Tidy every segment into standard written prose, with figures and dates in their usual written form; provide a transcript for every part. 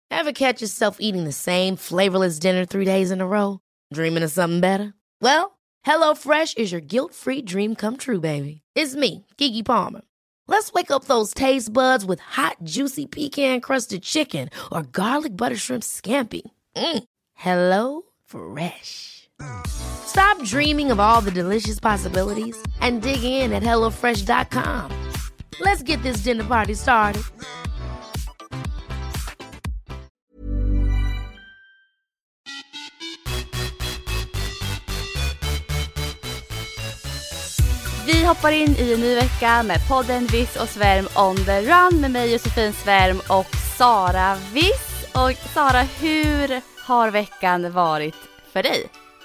Ever catch yourself eating the same flavorless dinner 3 days in a row? Dreaming of something better? Well, HelloFresh is your guilt-free dream come true, baby. It's me, Keke Palmer. Let's wake up those taste buds with hot, juicy pecan-crusted chicken or garlic butter shrimp scampi. Hello Fresh. Stop dreaming of all the delicious possibilities and dig in at HelloFresh.com. Let's get this dinner party started. Vi hoppar in i en ny vecka med podden Viss och Svärm on the run med mig Josefin Svärm och Sara Viss. Och Sara, hur har veckan varit för dig?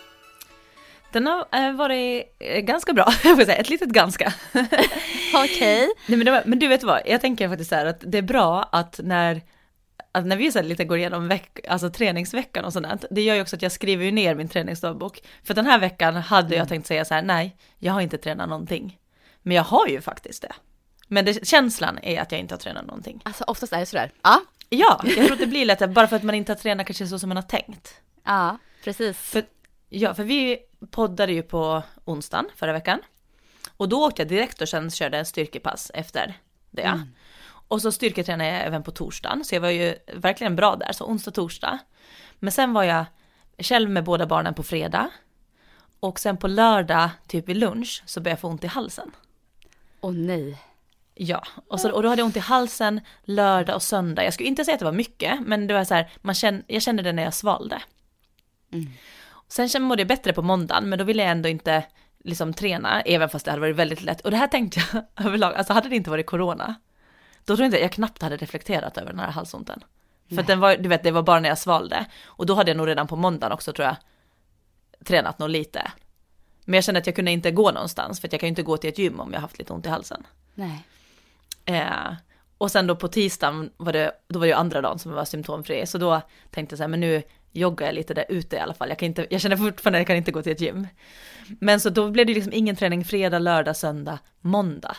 Den har varit ganska bra, jag får säga, ett litet ganska. Okej. Nej, men du vet vad, jag tänker faktiskt så här att det är bra att när vi så här lite går igenom alltså träningsveckan och sådant, det gör ju också att jag skriver ju ner min träningsdagbok. För den här veckan hade jag tänkt säga så här, nej, jag har inte tränat någonting. Men jag har ju faktiskt det. Men känslan är att jag inte har tränat någonting. Alltså oftast är det sådär. Ja, jag tror att det blir lättare bara för att man inte har tränat kanske så som man har tänkt. Ja, precis. För vi poddade ju på onsdagen förra veckan. Och då åkte jag direkt och sen körde en styrkepass efter det. Och så styrketränade jag även på torsdagen. Så jag var ju verkligen bra där. Så onsdag, torsdag. Men sen var jag själv med båda barnen på fredag. Och sen på lördag, typ vid lunch, så började jag få ont i halsen. Åh nej. Ja, och då hade jag ont i halsen lördag och söndag. Jag skulle inte säga att det var mycket, men det var så här, jag kände det när jag svalde. Sen mådde jag bättre på måndagen, men då ville jag ändå inte liksom träna, även fast det hade varit väldigt lätt. Och det här tänkte jag överlag, alltså hade det inte varit corona, då tror jag knappt hade reflekterat över den här halsonten. För att det var bara när jag svalde. Och då hade jag nog redan på måndagen också, tror jag, tränat nog lite. Men jag kände att jag kunde inte gå någonstans, för att jag kan ju inte gå till ett gym om jag har haft lite ont i halsen. Nej. Och sen då på tisdagen var det ju andra dagen som var symptomfri. Så då tänkte jag så här, men nu joggar jag lite där ute i alla fall. Jag känner fortfarande att jag kan inte gå till ett gym. Men så då blev det liksom ingen träning fredag, lördag, söndag, måndag.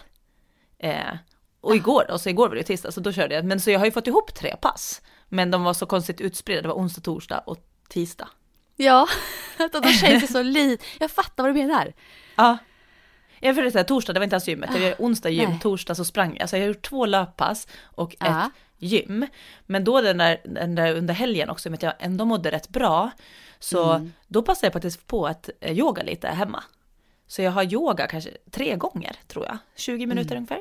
Och igår var det tisdag, så då körde jag. Men så jag har ju fått ihop 3 pass. Men de var så konstigt utspridda. Det var onsdag, torsdag och tisdag. Ja, då känns det så jag fattar vad du menar. Ja. Jag får säga torsdag, det var inte alls gymmet. Det var onsdag gym, torsdag så sprang jag. Så jag har gjort 2 löppass och ett gym. Men då den där under helgen också, med att jag ändå mådde rätt bra. Så då passade jag faktiskt på att yoga lite hemma. Så jag har yoga kanske 3 gånger, tror jag. 20 minuter ungefär.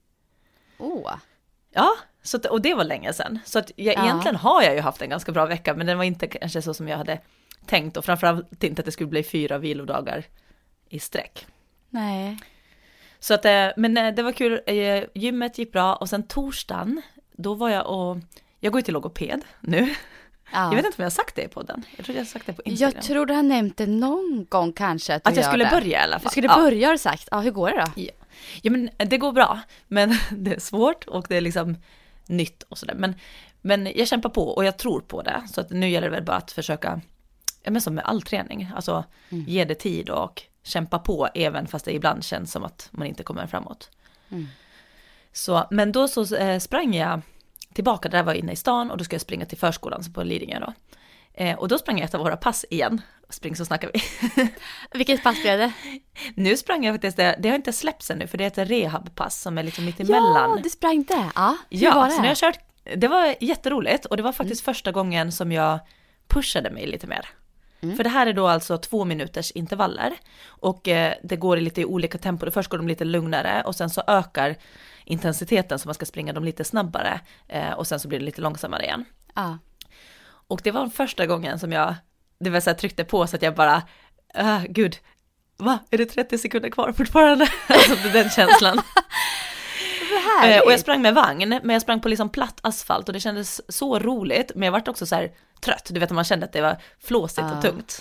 Ja, och det var länge sedan. Så att egentligen har jag ju haft en ganska bra vecka, men den var inte kanske så som jag hade tänkt. Och framförallt inte att det skulle bli 4 vilodagar i sträck. Nej. Så att, men det var kul. Gymmet gick bra. Och sen torsdagen, då var jag går ju till logoped nu. Ja. Jag vet inte om jag har sagt det i podden. Jag tror jag har sagt det på Instagram. Jag tror du har nämnt det någon gång kanske. Att jag skulle börja i alla fall. Du skulle börja, har du sagt. Ja, hur går det då? Ja, men det går bra. Men det är svårt och det är liksom nytt och sådär. Men jag kämpar på och jag tror på det. Så att nu gäller det väl bara att försöka, men som med all träning, alltså ge det tid och kämpa på, även fast det ibland känns som att man inte kommer framåt. Så, men då så sprang jag tillbaka där jag var inne i stan, och då ska jag springa till förskolan så på Lidingö då. Och då sprang jag ett av våra pass igen. Spring så snackar vi. Vilket pass blev det? Nu sprang jag faktiskt, det har inte släppts ännu, för det är ett rehabpass som är liksom mitt emellan. Ja, du sprang det. Ja, hur var det? Så när jag kört, det var jätteroligt, och det var faktiskt första gången som jag pushade mig lite mer. För det här är då alltså 2 minuters intervaller, och det går i lite olika tempo. Först går de lite lugnare, och sen så ökar intensiteten så man ska springa dem lite snabbare, och sen så blir det lite långsammare igen. Och det var första gången som jag tryckte på så att jag bara, gud, är det 30 sekunder kvar fortfarande? Alltså den känslan. Och jag sprang med vagn, men jag sprang på liksom platt asfalt, och det kändes så roligt, men jag var också så här trött. Du vet, man kände att det var flåsigt och tungt.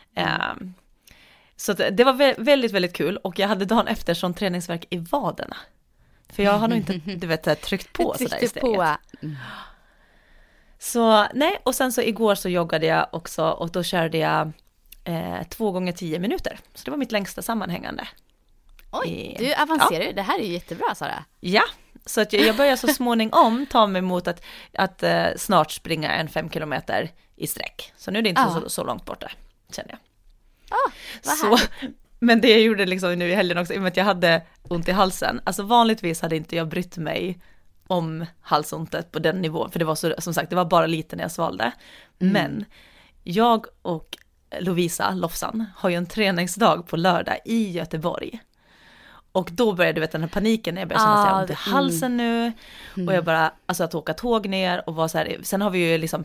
Så det var väldigt, väldigt kul, och jag hade dagen efter sån träningsvärk i vaderna. För jag har nog inte, tryckt på så där i steget. Så nej, och sen så igår så joggade jag också, och då körde jag 2 gånger 10 minuter. Så det var mitt längsta sammanhängande. Oj, du avancerar ju. Det här är ju jättebra, Sara. Ja, Så att jag börjar så småningom ta mig mot att snart springa en 5 kilometer i sträck. Så nu är det inte så långt borta, känner jag. Vad men det jag gjorde liksom nu i helgen också, i och med att jag hade ont i halsen. Alltså vanligtvis hade inte jag brytt mig om halsontet på den nivån. För det var så, som sagt, det var bara lite när jag svalde. Men jag och Lovisa, Lofsan, har ju en träningsdag på lördag i Göteborg. Och då började den här paniken när jag började känna sig ont i halsen nu. Och jag bara, alltså att åka tåg ner och vara så här. Sen har vi ju liksom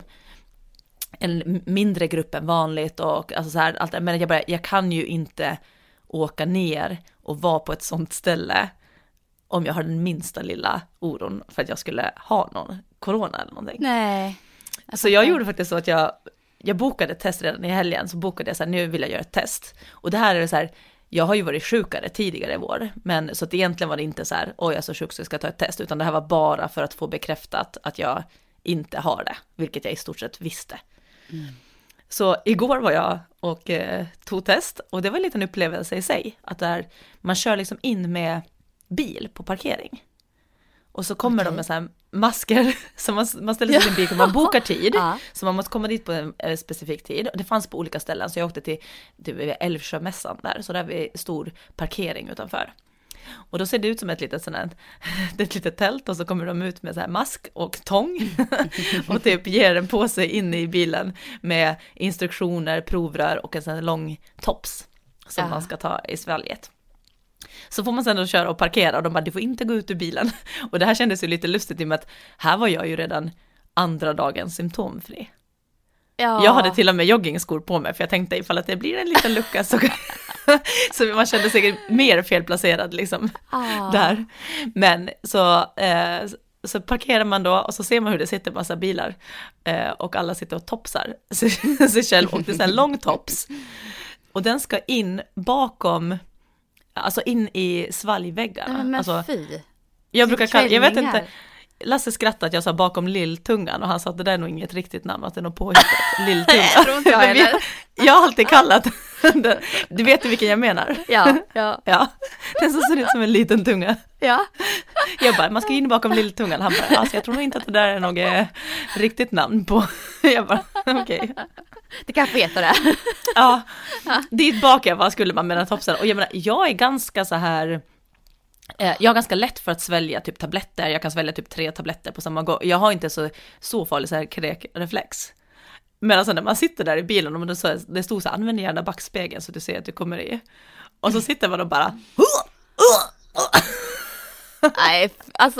en mindre grupp än vanligt och alltså så här, allt, men jag kan ju inte åka ner och vara på ett sånt ställe om jag har den minsta lilla oron för att jag skulle ha någon corona eller någonting. Nej. Så jag gjorde faktiskt så att jag bokade ett test redan i helgen, så bokade jag så här, nu vill jag göra ett test. Och det här är så här, jag har ju varit sjukare tidigare i vår, men så att egentligen var det inte så här, oj jag är så sjuk så jag ska ta ett test, utan det här var bara för att få bekräftat att jag inte har det, vilket jag i stort sett visste. Så igår var jag och tog test, och det var en liten upplevelse i sig, att där man kör liksom in med bil på parkering. Och så kommer de med så här masker, så man ställer sig i sin bil och man bokar tid, så man måste komma dit på en specifik tid. Och det fanns på olika ställen, så jag åkte till Älvsjömässan där, så där är vi stor parkering utanför. Och då ser det ut som ett litet tält, och så kommer de ut med så här mask och tång och typ ger en på sig in i bilen med instruktioner, provrör och en sån här lång tops som man ska ta i svalget. Så får man sen då köra och parkera, och de bara, du får inte gå ut ur bilen. Och det här kändes ju lite lustigt i och med att här var jag ju redan andra dagen symptomfri. Ja. Jag hade till och med joggingskor på mig, för jag tänkte ifall att det blir en liten lucka så man kände sig mer felplacerad liksom där. Men så parkerar man då, och så ser man hur det sitter en massa bilar och alla sitter och topsar sig själv, och det är så här lång tops. Och den ska in bakom, alltså in i svalgväggarna. Men alltså, fy. Jag brukar kalla, jag vet inte, Lasse skrattade att jag sa bakom lilltungan, och han sa att det där är nog inget riktigt namn, att det är nog påhittat, lilltunga. Jag har alltid kallat det, du vet ju vilken jag menar. Ja. Den som ser ut som en liten tunga. Ja. Jag bara, man ska in bakom lilltungan. Han bara, alltså jag tror nog inte att det där är något riktigt namn på. Jag bara, okej. Det kan få heta det. Ja, dit bak vad skulle man mena topsen. Och jag är ganska så här, jag har ganska lätt för att svälja typ tabletter. Jag kan svälja typ 3 tabletter på samma gång. Jag har inte så farlig så här kräkreflex. Men alltså när man sitter där i bilen, och det stod så här, använd gärna backspegeln så du ser att du kommer i. Och så sitter man och bara nej, alltså.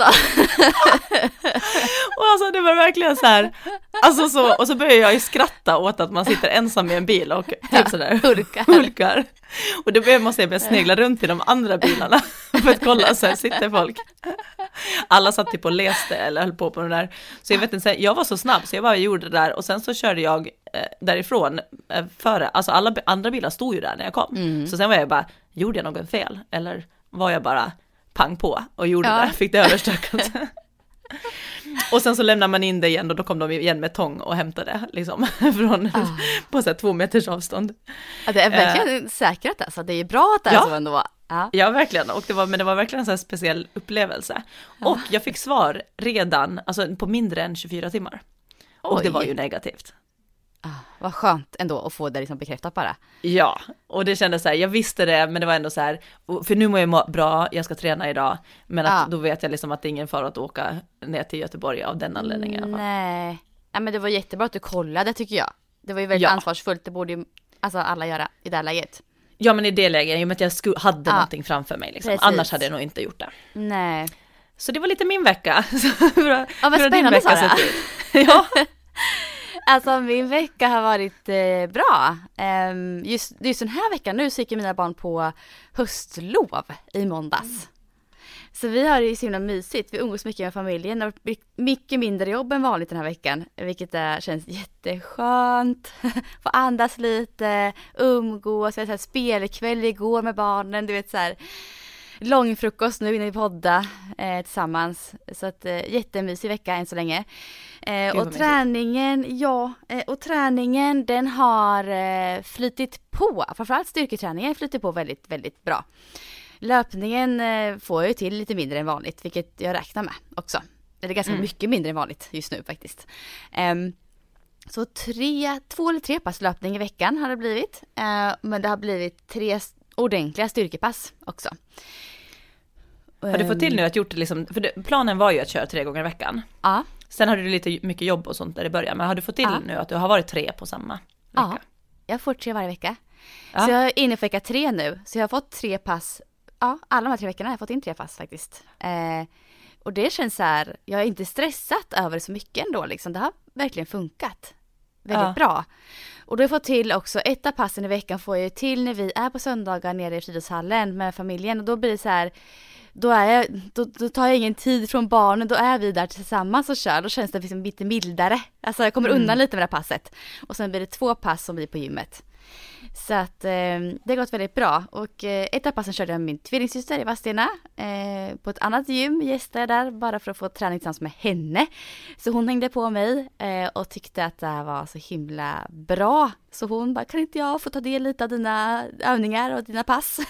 Och alltså det var verkligen så här, alltså så, och så börjar jag ju skratta åt att man sitter ensam i en bil och typ sådär hulkar. Och då börjar man börja snegla runt i de andra bilarna för att kolla så här sitter folk. Alla satt typ och läste eller höll på den där. Så jag vet inte, jag var så snabb så jag bara gjorde det där, och sen så körde jag därifrån före, alltså alla andra bilar stod ju där när jag kom. Så sen var jag bara, gjorde jag något fel? Eller var jag bara pang på och gjorde det, fick det överstökat. Och sen så lämnar man in det igen, och då kom de igen med tång och hämtade liksom från på så här 2 meters avstånd. Ja, det är verkligen säkert alltså. Det är bra att det är så ändå. Ja, verkligen. Och det var verkligen en så här speciell upplevelse. Och jag fick svar redan, alltså på mindre än 24 timmar. Och det var ju negativt. Vad skönt ändå att få det liksom bekräftat bara. Ja, och det kändes så här, jag visste det, men det var ändå så här, för nu mår jag bra, jag ska träna idag, men att då vet jag liksom att det är ingen fara att åka ner till Göteborg av den anledningen i alla fall. Nej, men det var jättebra att du kollade, tycker jag. Det var ju väldigt ansvarsfullt, det borde ju alltså alla göra i det här läget. Ja, men i det läget, i och med att jag hade någonting framför mig liksom. Annars hade jag nog inte gjort det. Nej. Så det var lite min vecka. Vad spännande, Sara. Ja. Alltså min vecka har varit bra. Just den här veckan nu så gick mina barn på höstlov i måndags. Så vi har det så himla mysigt. Vi umgås mycket med familjen. Det har blivit mycket mindre jobb än vanligt den här veckan. Vilket känns jätteskönt. Få andas lite, umgås. Vi hade så här spelkväll igår med barnen. Du vet så här lång frukost nu innan vi podda tillsammans. Så att jättemysig vecka än så länge. Och träningen den har flyttit på. Framförallt styrketräningen flyttit på väldigt, väldigt bra. löpningen får jag ju till lite mindre än vanligt, vilket jag räknar med också. Eller ganska mycket mindre än vanligt just nu faktiskt. Så 2 eller 3 pass löpning i veckan har det blivit. Men det har blivit 3 ordentliga styrkepass också. Har du fått till nu att gjort det liksom, för planen var ju att köra 3 gånger i veckan. Ja. Sen hade du lite mycket jobb och sånt där i början, men har du fått till nu att du har varit 3 på samma vecka? Ja, jag får 3 varje vecka. Ja. Så jag är inne på vecka 3 nu, så jag har fått 3 pass. Ja, alla de här 3 veckorna har jag fått in 3 pass faktiskt. Och det känns så här, jag är inte stressat över så mycket ändå liksom. Det har verkligen funkat väldigt bra. Och då har jag fått till också, 1 av passen i veckan får jag till när vi är på söndagar nere i Friluftshallen med familjen. Och då blir det så här, då tar jag ingen tid från barnen, då är vi där tillsammans och kör. Då känns det liksom lite mildare. Alltså jag kommer undan lite med det här passet. Och sen blir det 2 pass som blir på gymmet. Så att det har gått väldigt bra. Och 1 av passen körde jag med min tvillingsyster i Vadstena. På ett annat gym gästade jag där bara för att få träning tillsammans med henne. Så hon hängde på mig och tyckte att det här var så himla bra. Så hon bara, kan inte jag få ta del lite av dina övningar och dina pass?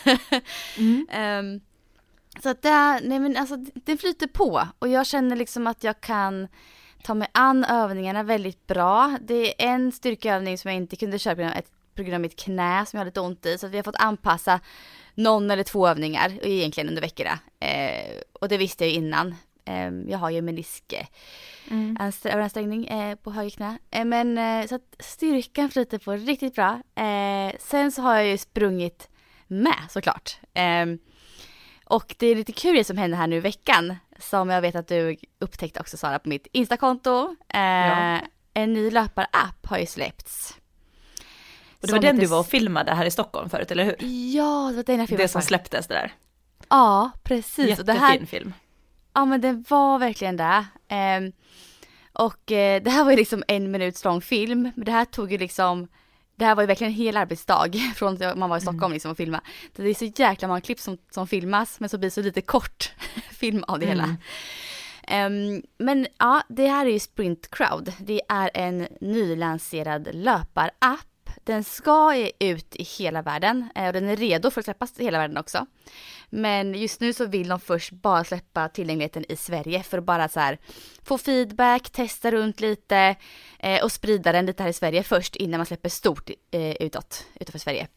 Så att det flyter på. Och jag känner liksom att jag kan ta mig an övningarna väldigt bra. Det är en styrkeövning som jag inte kunde köra på grund av mitt knä som jag har lite ont i. Så att vi har fått anpassa någon eller 2 övningar egentligen under veckorna. Och det visste jag innan. Jag har ju överansträngning på höger knä. Så att styrkan flyter på riktigt bra. Sen så har jag ju sprungit med såklart. Och det är lite kul det som händer här nu i veckan. Som jag vet att du upptäckte också, Sara, på mitt Instakonto. En ny löparapp har ju släppts. Och det var den du var och filmade här i Stockholm förut, eller hur? Ja, det var den jag filmade. Det som släpptes det där. Ja, precis. Jättefin film. Ja, men det var verkligen det. Och det här var ju liksom 1 minuts lång film. Men det här tog ju liksom... Det här var ju verkligen en hel arbetsdag från att man var i Stockholm liksom och filma. Det är så jäkla många klipp som filmas, men så blir det så lite kort film av det hela. Men ja, det här är ju Sprint Crowd. Det är en nylanserad löparapp. Den ska ut i hela världen och den är redo för att släppas i hela världen också. Men just nu så vill de först bara släppa tillgängligheten i Sverige för att bara så här få feedback, testa runt lite och sprida den lite här i Sverige först innan man släpper stort utanför Sverige.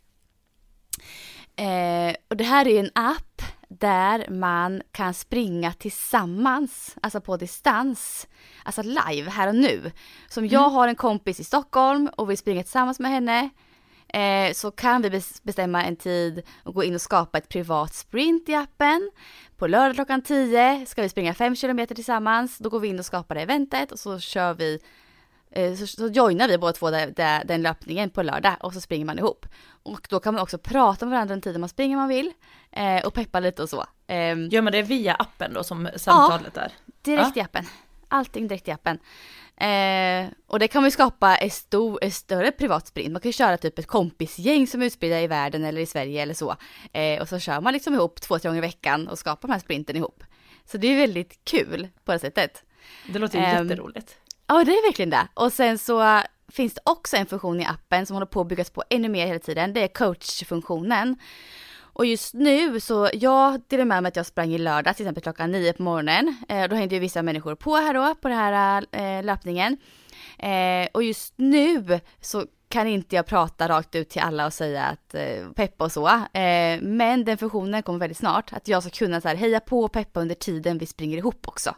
Och det här är en app där man kan springa tillsammans, alltså på distans, alltså live här och nu. Som jag har en kompis i Stockholm och vill springa tillsammans med henne, så kan vi bestämma en tid och gå in och skapa ett privat sprint i appen. På lördag klockan 10 ska vi springa 5 kilometer tillsammans. Då går vi in och skapar det eventet och så kör vi, så joinar vi båda två den löpningen på lördag och så springer man ihop. Och då kan man också prata med varandra den tiden man springer man vill och peppa lite och så. Gör man det via appen då som samtalet är? Direkt i appen. Allting direkt i appen. Och det kan man ju skapa ett större privat sprint. Man kan ju köra typ ett kompisgäng som är utspridda i världen eller i Sverige eller så. Och så kör man liksom ihop 2-3 gånger i veckan och skapar de här sprinten ihop. Så det är väldigt kul på det sättet. Det låter ju jätteroligt. Ja, det är verkligen det. Och sen så finns det också en funktion i appen som håller på att byggas på ännu mer hela tiden. Det är coachfunktionen. Och just nu så jag delar med mig att jag sprang i lördag till exempel klockan 9 på morgonen. Då hängde ju vissa människor på här då på den här löpningen. Och just nu så kan inte jag prata rakt ut till alla och säga att peppa och så. Men den funktionen kommer väldigt snart. Att jag ska kunna så här, heja på och peppa under tiden vi springer ihop också.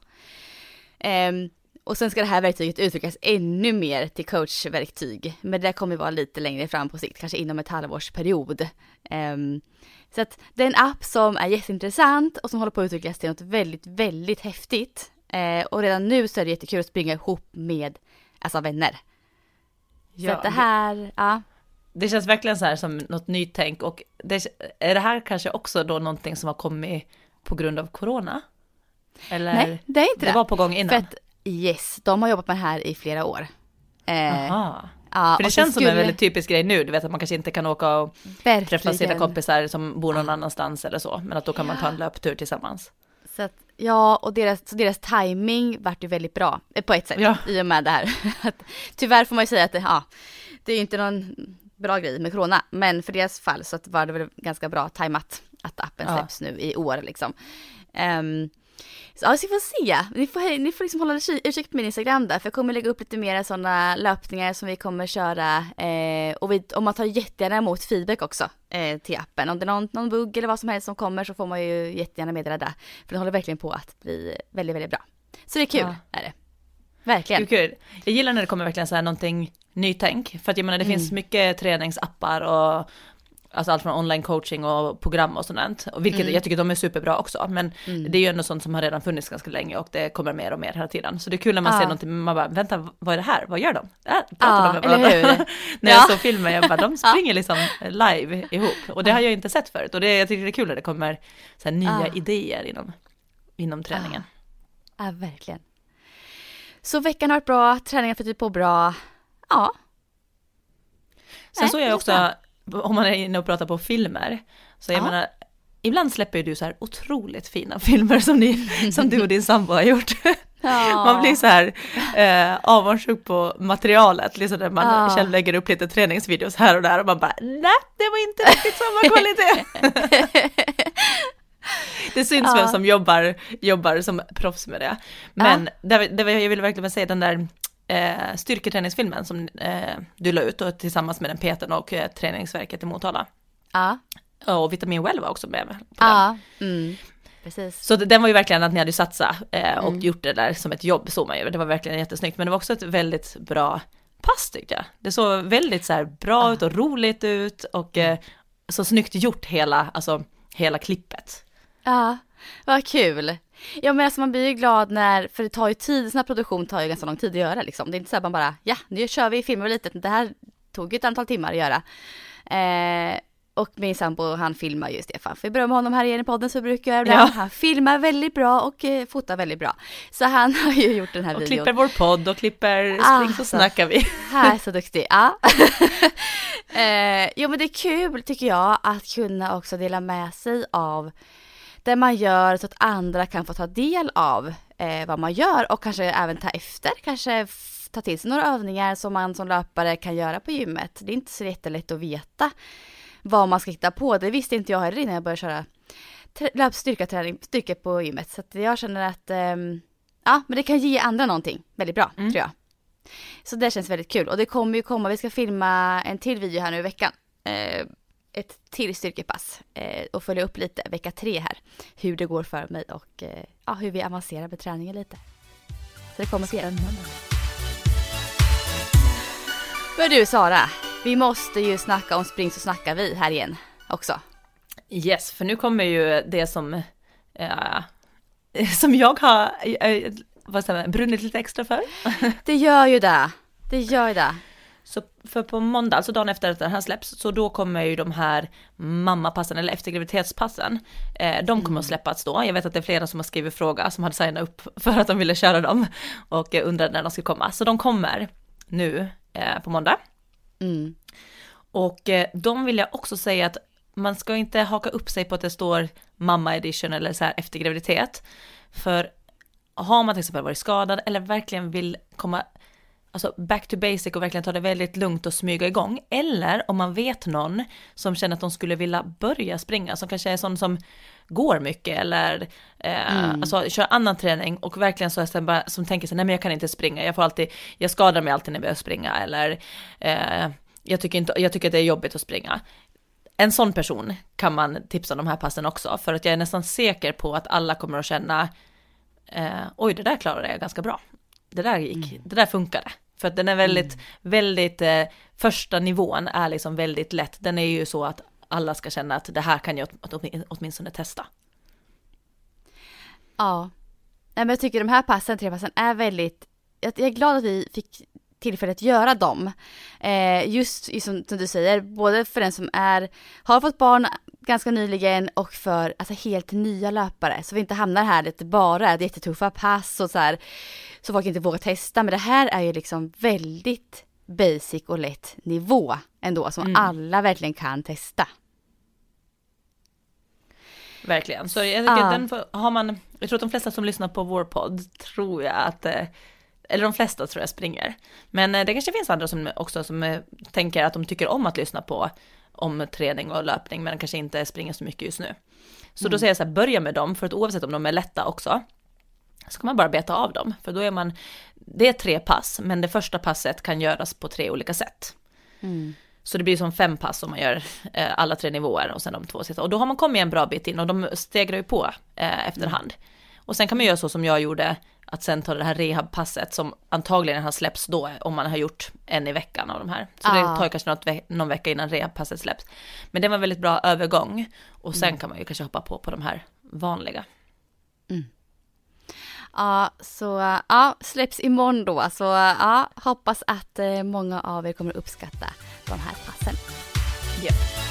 Och sen ska det här verktyget utvecklas ännu mer till coachverktyg. Men det kommer vara lite längre fram på sikt, kanske inom ett halvårsperiod. Så att det är en app som är jätteintressant och som håller på att utvecklas till något väldigt, väldigt häftigt. Och redan nu så är det jättekul att springa ihop med vänner. Så att det här, ja. Det känns verkligen så här som något nytänk. Och är det här kanske också då någonting som har kommit på grund av corona? Eller? Nej, det är inte det. Det var på gång innan. För att, yes, de har jobbat med det här i flera år. Aha. Ja, för det känns som en väldigt typisk grej nu. Du vet att man kanske inte kan åka och träffa sina kompisar som bor någon annanstans eller så. Men att då kan man ta en löptur tillsammans. Så att, ja, och deras timing vart ju väldigt bra på ett sätt i och med det här. Tyvärr får man ju säga att det är inte någon bra grej med corona. Men för deras fall så var det väl ganska bra tajmat att appen släpps nu i år liksom. Så vi får se. Ni får liksom hålla utkik på min Instagram där, för jag kommer lägga upp lite mer sådana löpningar som vi kommer köra, och man tar jättegärna emot feedback också till appen. Om det är någon bugg eller vad som helst som kommer, så får man ju jättegärna meddela det, för den håller verkligen på att bli väldigt, väldigt bra. Så det är kul, är det. Verkligen. Det är kul. Jag gillar när det kommer verkligen så här någonting nytänk, för att jag menar det finns mycket träningsappar och alltså allt från online coaching och program och sånt. Och vilket jag tycker de är superbra också. Men det är ju ändå sånt som har redan funnits ganska länge och det kommer mer och mer hela tiden. Så det är kul när man ser någonting, man bara, vänta, vad är det här? Vad gör de? Pratar de med varandra? När jag såg filmen, jag bara, de springer liksom live ihop. Och det har jag inte sett förut. Och jag tycker det är kul när det kommer så här nya idéer inom träningen. Ja, verkligen. Så veckan har varit bra, träningen flyttat på bra. Ja. Sen så är jag också, om man är inne och pratar på filmer, så jag menar, ibland släpper ju du så här otroligt fina filmer som du och din sambo har gjort. Ja. Man blir så här avundsjuk på materialet, liksom när man själv lägger upp lite träningsvideos här och där och man bara, nej, det var inte riktigt samma kvalitet. Det syns vem som jobbar som proffs med det. Men jag vill verkligen säga den där styrketräningsfilmen som du la ut och tillsammans med den Peter och träningsverket i Motala. Ja. Och Vitamin Well var också med på den. Precis. Så den var ju verkligen att ni hade satsat och gjort det där som ett jobb, så man ju. Det var verkligen jättesnyggt, men det var också ett väldigt bra pass tyckte jag. Det såg väldigt så här bra ut och roligt ut och så snyggt gjort hela klippet. Ja, vad kul. Ja, men alltså man blir ju glad för det tar ju tid, sån här produktion tar ju ganska lång tid att göra liksom. Det är inte så att man bara, nu kör vi, filmar lite, det här tog ju ett antal timmar att göra. Och min sambo, han filmar ju Stefan, för jag berömmer honom här igen i podden, så brukar jag ibland. Han filmar väldigt bra och fotar väldigt bra. Så han har ju gjort den här videon. Och klipper vår podd och klipper Spring så snackar vi. Här är så duktig, Jo, men det är kul tycker jag att kunna också dela med sig av det man gör, så att andra kan få ta del av vad man gör och kanske även ta efter, kanske ta till sig några övningar som man som löpare kan göra på gymmet. Det är inte så jättelätt att veta vad man ska hitta på. Det visste inte jag heller innan jag började köra styrka på gymmet. Så att jag känner att men det kan ge andra någonting väldigt bra, tror jag. Så det känns väldigt kul. Och det kommer ju komma, vi ska filma en till video här nu i veckan. Ett till styrkepass och följa upp lite vecka 3 här. Hur det går för mig och hur vi avancerar med träningen lite. Så det kommer fler. Men du Sara, vi måste ju snacka om Spring så snackar vi här igen också. Yes, för nu kommer ju det som jag har brunnit lite extra för. Det gör ju det. Så för på måndag, alltså dagen efter att det här släpps, så då kommer ju de här mammapassen eller eftergraviditetspassen, de kommer att släppas då. Jag vet att det är flera som har skrivit fråga som hade signat upp för att de ville köra dem och undrade när de skulle komma. Så de kommer nu på måndag. Och de vill jag också säga att man ska inte haka upp sig på att det står mamma edition eller så här efter graviditet. För har man till exempel varit skadad eller verkligen vill komma back to basic och verkligen ta det väldigt lugnt och smyga igång, eller om man vet någon som känner att de skulle vilja börja springa, som kanske är sån som går mycket eller kör annan träning och verkligen så är bara, som tänker sig, nej men jag kan inte springa, jag skadar mig alltid när jag börjar springa, eller jag tycker att det är jobbigt att springa. En sån person kan man tipsa om de här passen också, för att jag är nästan säker på att alla kommer att känna oj, det där klarade jag ganska bra. Det där funkade. För att den är väldigt, väldigt, första nivån är liksom väldigt lätt. Den är ju så att alla ska känna att det här kan jag åtminstone testa. Ja, men jag tycker de här 3 passen är väldigt, jag är glad att vi fick tillfället att göra dem. Just som du säger, både för den som har fått barn ganska nyligen och för helt nya löpare. Så vi inte hamnar här lite bara det jättetuffa pass och så folk inte vågar testa. Men det här är ju liksom väldigt basic och lätt nivå ändå som alla verkligen kan testa. Verkligen. Så jag tycker jag tror att de flesta som lyssnar på vår podd tror jag att eller de flesta tror jag springer. Men det kanske finns andra som tänker att de tycker om att lyssna på om träning och löpning, men kanske inte springer så mycket just nu. Så då säger jag så här, börja med dem, för att oavsett om de är lätta också, så kan man bara beta av dem. För då är det är 3 pass, men det första passet kan göras på 3 olika sätt. Så det blir som 5 pass om man gör alla 3 nivåer och sen de 2 sista. Och då har man kommit en bra bit in och de stegrar ju på efterhand. Och sen kan man göra så som jag gjorde, att sen ta det här rehabpasset som antagligen har släppts då om man har gjort en i veckan av de här. Så det tar kanske någon vecka innan rehabpasset släpps. Men det var en väldigt bra övergång. Och sen kan man ju kanske hoppa på de här vanliga. Ja, så släpps imorgon då. Så hoppas att många av er kommer uppskatta de här passen. Ja.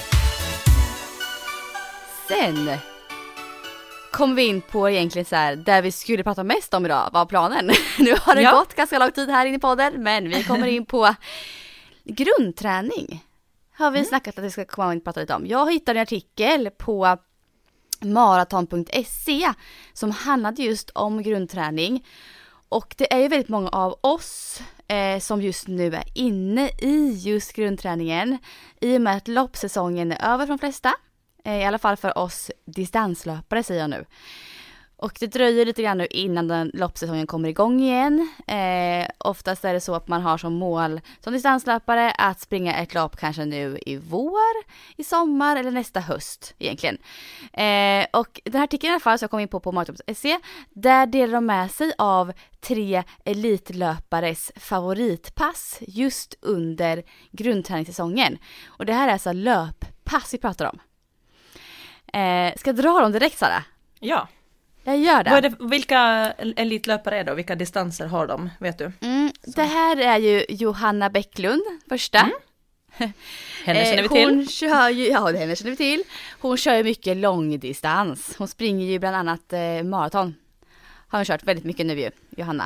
Sen kom vi in på egentligen så här, där vi skulle prata mest om idag, var planen. Nu har det gått ganska lång tid här inne i podden, men vi kommer in på grundträning. Har vi snackat att vi ska komma in och prata lite om. Jag hittade en artikel på maraton.se som handlade just om grundträning. Och det är ju väldigt många av oss som just nu är inne i just grundträningen. I och med att loppsäsongen är över för de flesta. I alla fall för oss distanslöpare säger jag nu. Och det dröjer lite grann nu innan den loppsäsongen kommer igång igen. Oftast är det så att man har som mål som distanslöpare att springa ett lopp kanske nu i vår, i sommar eller nästa höst egentligen. Och den här artikeln i alla fall så jag kom in på maraton.se, där delar de med sig av 3 elitlöpares favoritpass just under grundträningssäsongen. Och det här är alltså löppass vi pratar om. Ska jag dra dem direkt, Sara? Ja. Jag gör det. Vilka elitlöpare är det och vilka distanser har de, vet du? Det här är ju Johanna Bäcklund, första. Henne känner vi till. Hon kör ju, henne känner vi till. Hon kör ju mycket långdistans. Hon springer ju bland annat maraton. Har hon kört väldigt mycket nu ju, Johanna.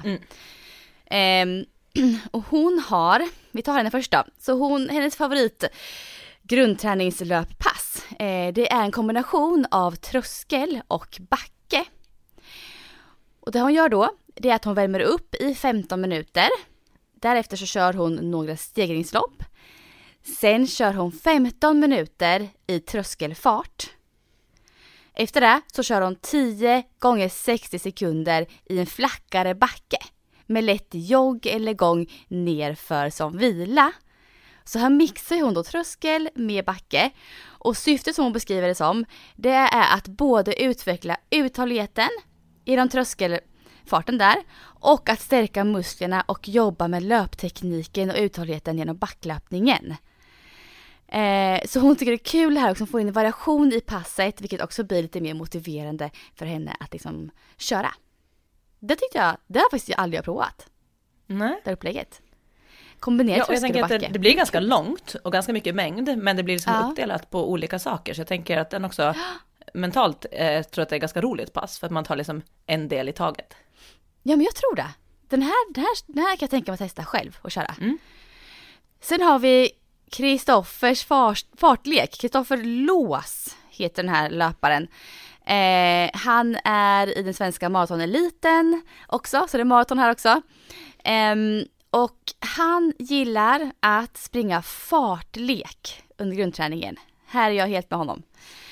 Och hon har, vi tar henne först då. Så hennes favorit grundträningslöppass, det är en kombination av tröskel och backe. Och det hon gör då, det är att hon värmer upp i 15 minuter. Därefter så kör hon några stegringslopp. Sen kör hon 15 minuter i tröskelfart. Efter det så kör hon 10 gånger 60 sekunder i en flackare backe. Med lätt jogg eller gång nerför som vila. Så här mixar hon då tröskel med backe. Och syftet som hon beskriver det som, det är att både utveckla uthålligheten genom tröskelfarten där och att stärka musklerna och jobba med löptekniken och uthålligheten genom backlöpningen. Så hon tycker det är kul här också att få in variation i passet, vilket också blir lite mer motiverande för henne att liksom köra. Det tyckte jag, det har faktiskt aldrig provat. Nej. Det upplägget. Kombinera tröskel och backe. Det blir ganska långt och ganska mycket mängd, men det blir liksom uppdelat på olika saker. Så jag tänker att den också mentalt tror att det är ganska roligt pass, för att man tar liksom en del i taget. Ja, men jag tror det. Den här kan jag tänka mig att testa själv och köra. Sen har vi Kristoffers fartlek. Kristoffer Lås heter den här löparen. Han är i den svenska maratoneliten också, så det är maraton här också. Och han gillar att springa fartlek under grundträningen. Här är jag helt med honom.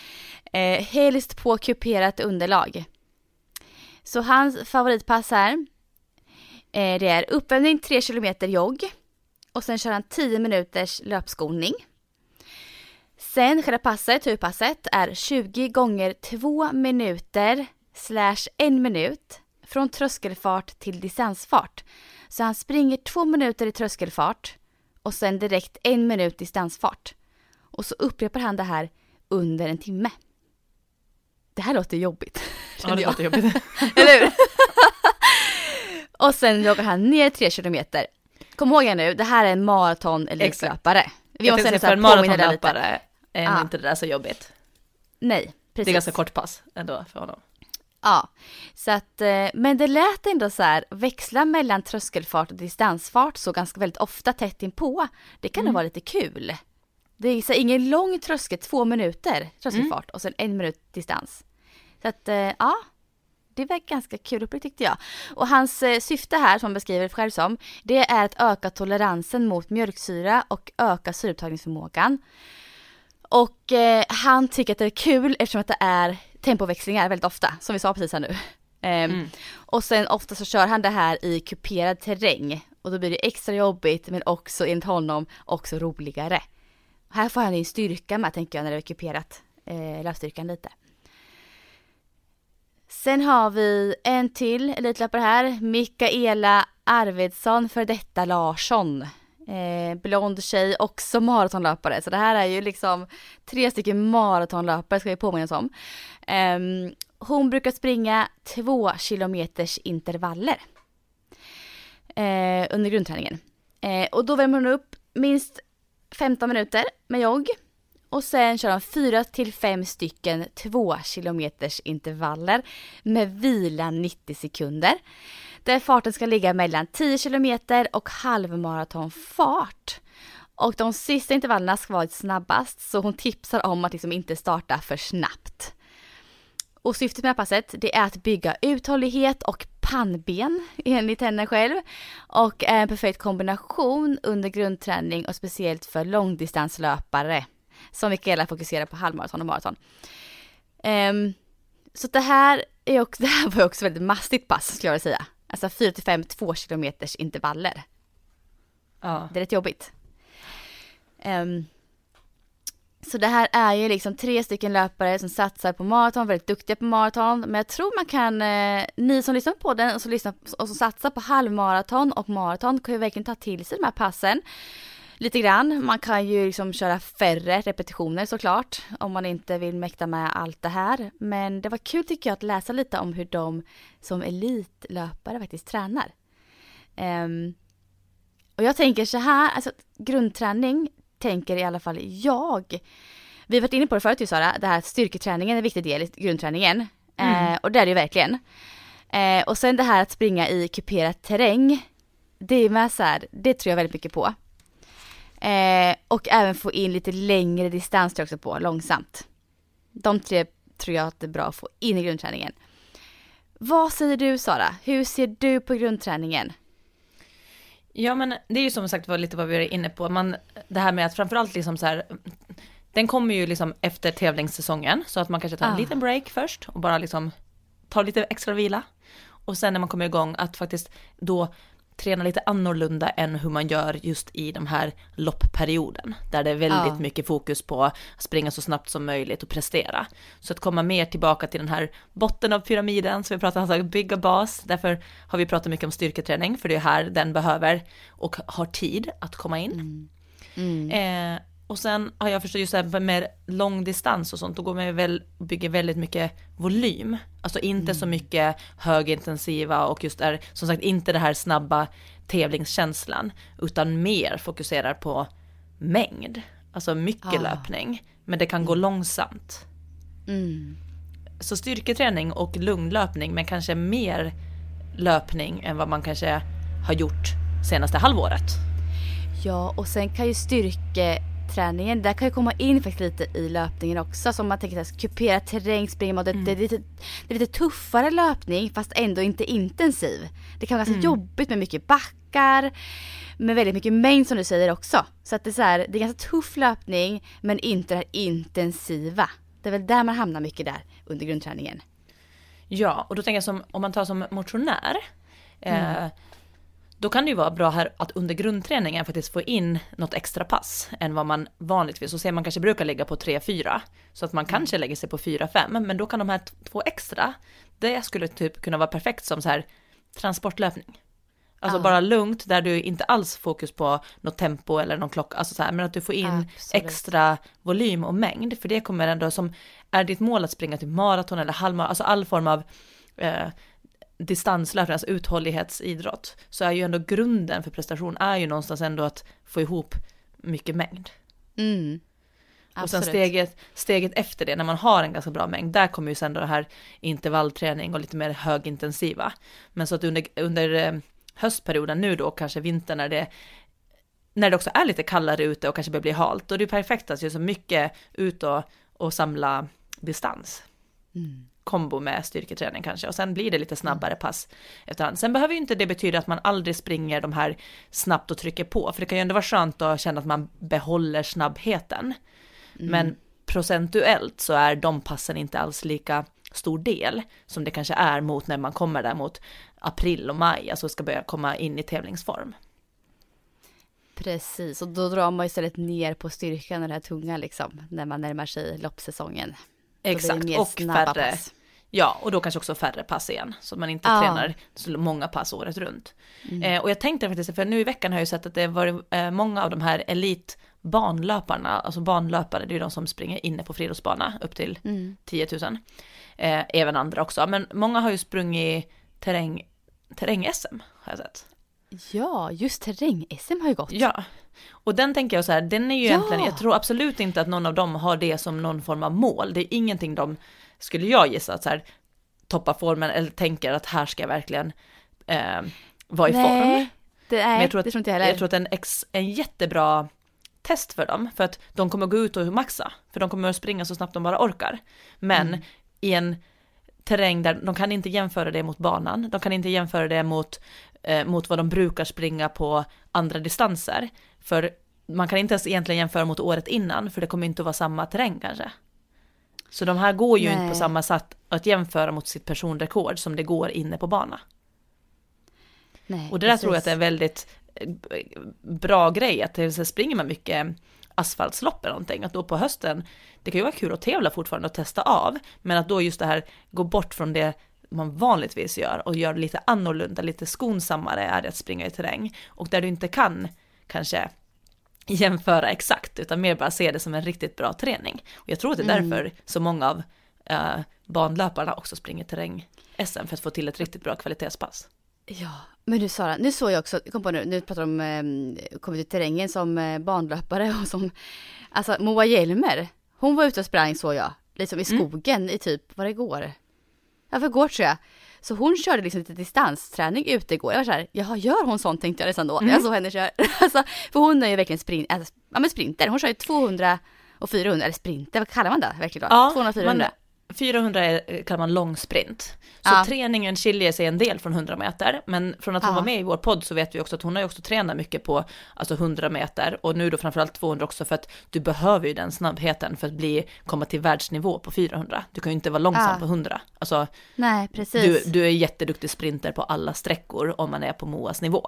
Helst på kuperat underlag. Så hans favoritpass här, det är uppvärmning 3 kilometer jogg. Och sen kör han 10 minuters löpskolning. Sen själva passet, huvudpasset, är 20 gånger 2 minuter / 1 minut från tröskelfart till distansfart. Så han springer 2 minuter i tröskelfart och sen direkt 1 minut distansfart. Och så upprepar han det här under en timme. Det här låter jobbigt. Ja, det låter jobbigt. Eller hur? Och sen joggar han ner 3 kilometer. Kom ihåg nu, det här är en maraton eller elitlöpare. Vi måste säga för en maratonlöpare är inte det där så jobbigt. Nej, precis. Det är ganska kort pass ändå för honom. Ja, så att, men det lät ändå så här, växla mellan tröskelfart och distansfart så ganska väldigt ofta tätt inpå. Det kan nog vara lite kul. Det är så ingen lång tröskel, 2 minuter tröskelfart och sen 1 minut distans. Så att, ja, det var ganska kul upplägg tyckte jag. Och hans syfte här, som han beskriver själv som, det är att öka toleransen mot mjölksyra och öka syreupptagningsförmågan. Och han tycker att det är kul eftersom att det är tempoväxlingar väldigt ofta, som vi sa precis här nu. Och sen ofta så kör han det här i kuperad terräng. Och då blir det extra jobbigt, men också enligt honom också roligare. Här får han en styrka med, tänker jag, när det är kuperat löpstyrkan lite. Sen har vi en till elitlöpare här. Mikaela Arvidsson, för detta Larsson. Blond tjej, också maratonlöpare. Så det här är ju liksom 3 stycken maratonlöpare, ska vi påminna oss om. Hon brukar springa 2 kilometers intervaller under grundträningen. Och då värmer hon upp minst 15 minuter med jogg. Och sen kör de 4-5 stycken 2 kilometers intervaller med vila 90 sekunder. Där farten ska ligga mellan 10 kilometer och halvmaratonfart. Och de sista intervallerna ska vara snabbast, så hon tipsar om att liksom inte starta för snabbt. Och syftet med passet, det är att bygga uthållighet och pannben enligt henne själv. Och är en perfekt kombination under grundträning och speciellt för långdistanslöpare. Som Mikaela fokuserar på halvmaraton och maraton. Så det här var också väldigt mastigt pass, skulle jag säga. Alltså 4-5 2 kilometers intervaller. Ja. Det är rätt jobbigt. Så det här är ju liksom 3 stycken löpare som satsar på maraton, väldigt duktiga på maraton. Men jag tror man kan, ni som lyssnar på den och som satsar på halvmaraton och maraton kan ju verkligen ta till sig de här passen. Lite grann. Man kan ju liksom köra färre repetitioner såklart, om man inte vill mäkta med allt det här. Men det var kul, tycker jag, att läsa lite om hur de som elitlöpare faktiskt tränar. Och jag tänker så här, alltså grundträning tänker i alla fall jag. Vi har varit inne på det förut ju, Sara, det här styrketräningen är en viktig del i grundträningen. Och det är det ju verkligen. Och sen det här att springa i kuperad terräng, det är med så här, det tror jag väldigt mycket på. Och även få in lite längre distans också på, långsamt. De 3 tror jag att det är bra att få in i grundträningen. Vad säger du, Sara? Hur ser du på grundträningen? Ja, men det är ju som sagt lite vad vi är inne på. Det här med att framförallt liksom så här, den kommer ju liksom efter tävlingssäsongen, så att man kanske tar en liten break först och bara liksom tar lite extra vila. Och sen när man kommer igång att faktiskt då träna lite annorlunda än hur man gör just i de här loppperioden, där det är väldigt mycket fokus på att springa så snabbt som möjligt och prestera. Så att komma mer tillbaka till den här botten av pyramiden, så vi pratar alltså bygga bas. Därför har vi pratat mycket om styrketräning, för det är här den behöver och har tid att komma in. Och sen har jag förstått just det här med långdistans och sånt, då går man väl bygger väldigt mycket volym. Alltså inte så mycket högintensiva och just är som sagt inte det här snabba tävlingskänslan, utan mer fokuserar på mängd. Alltså mycket löpning, men det kan gå långsamt. Så styrketräning och lugnlöpning, men kanske mer löpning än vad man kanske har gjort senaste halvåret. Ja, och sen kan ju styrketräningen, där kan ju komma in faktiskt lite i löpningen också. Som man tänker så här, kupera terräng, springa mot det är lite tuffare löpning, fast ändå inte intensiv. Det kan vara ganska jobbigt med mycket backar, med väldigt mycket mängd som du säger också. Så att det är så här, det är ganska tuff löpning, men inte det här intensiva. Det är väl där man hamnar mycket där under grundträningen. Ja, och då tänker jag som, om man tar som motionär, då kan det ju vara bra här att under grundträningen faktiskt få in något extra pass än vad man vanligtvis, så ser man kanske brukar ligga på 3-4, så att man kanske lägger sig på 4-5, men då kan de här 2 extra, det skulle typ kunna vara perfekt som så här transportlöpning. Alltså bara lugnt, där du inte alls fokus på något tempo eller någon klocka, alltså så här, men att du får in extra volym och mängd, för det kommer ändå, som är ditt mål att springa till maraton eller halvmaraton, alltså all form av distanslöpning, alltså uthållighetsidrott, så är ju ändå grunden för prestation är ju någonstans ändå att få ihop mycket mängd. Och sen steget efter det, när man har en ganska bra mängd, där kommer ju sen då det här intervallträning och lite mer högintensiva. Men så att under höstperioden nu då, kanske vintern, när det också är lite kallare ute och kanske blir halt, då är det perfekt att göra så mycket ut och samla distans. Kombo med styrketräning kanske, och sen blir det lite snabbare pass efterhand. Sen behöver ju inte det betyda att man aldrig springer de här snabbt och trycker på, för det kan ju ändå vara skönt att känna att man behåller snabbheten. Men procentuellt så är de passen inte alls lika stor del som det kanske är mot när man kommer där mot april och maj, alltså ska börja komma in i tävlingsform. Precis, och då drar man istället ner på styrkan och det här tunga liksom, när man närmar sig loppsäsongen. Exakt, och färre pass. Ja, och då kanske också färre pass igen, så att man inte tränar så många pass året runt. Och jag tänkte faktiskt, för nu i veckan har jag ju sett att det var många av de här elitbanlöparna, alltså banlöpare, det är ju de som springer inne på friidrottsbana upp till 10 000. Även andra också, men många har ju sprungit terräng-SM, har jag sett. Ja, just terräng-SM har ju gått. Ja, och den tänker jag så här, den är ju egentligen, jag tror absolut inte att någon av dem har det som någon form av mål. Det är ingenting de, skulle jag gissa, att så här, toppa formen eller tänker att här ska jag verkligen vara i form. Men jag tror att, det tror inte jag heller. Jag tror att en jättebra test för dem, för att de kommer gå ut och maxa, för de kommer att springa så snabbt de bara orkar. Men i en terräng där de kan inte jämföra det mot banan, de kan inte jämföra det mot vad de brukar springa på andra distanser, för man kan inte ens egentligen jämföra mot året innan, för det kommer inte att vara samma terräng kanske. Så de här går ju inte på samma sätt att jämföra mot sitt personrekord som det går inne på bana. Nej, och det där tror jag att det är en väldigt bra grej, att det springer man mycket asfaltslopp eller någonting, att då på hösten, det kan ju vara kul att tävla fortfarande och testa av, men att då just det här gå bort från det man vanligtvis gör och gör lite annorlunda, lite skonsammare är det att springa i terräng, och där du inte kan kanske jämföra exakt, utan mer bara se det som en riktigt bra träning. Och jag tror att det är därför så många av banlöparna också springer terräng-SM, för att få till ett riktigt bra kvalitetspass. Ja, men du Sara, nu såg jag också, kom på nu pratar om kommit ut terrängen som banlöpare och som, alltså Moa Hjelmer, hon var ute och sprang, så jag, liksom i skogen i typ, var det igår? Ja, för igår tror jag. Så hon körde liksom lite distansträning ute igår. Jag var så här, jaha, gör hon sånt, tänkte jag nästan då. Jag såg henne köra. Alltså, för hon är ju verkligen sprinter. Hon kör ju 200 och 400, eller sprinter, vad kallar man det verkligen då? Ja, 200 och 400. 400 kallar man långsprint. Så träningen skiljer sig en del från 100 meter. Men från att hon var med i vår podd så vet vi också att hon har ju också tränat mycket på alltså 100 meter. Och nu då framförallt 200 också, för att du behöver ju den snabbheten för att komma till världsnivå på 400. Du kan ju inte vara långsam på 100. Alltså, nej, precis. Du är jätteduktig sprinter på alla sträckor om man är på Moas nivå.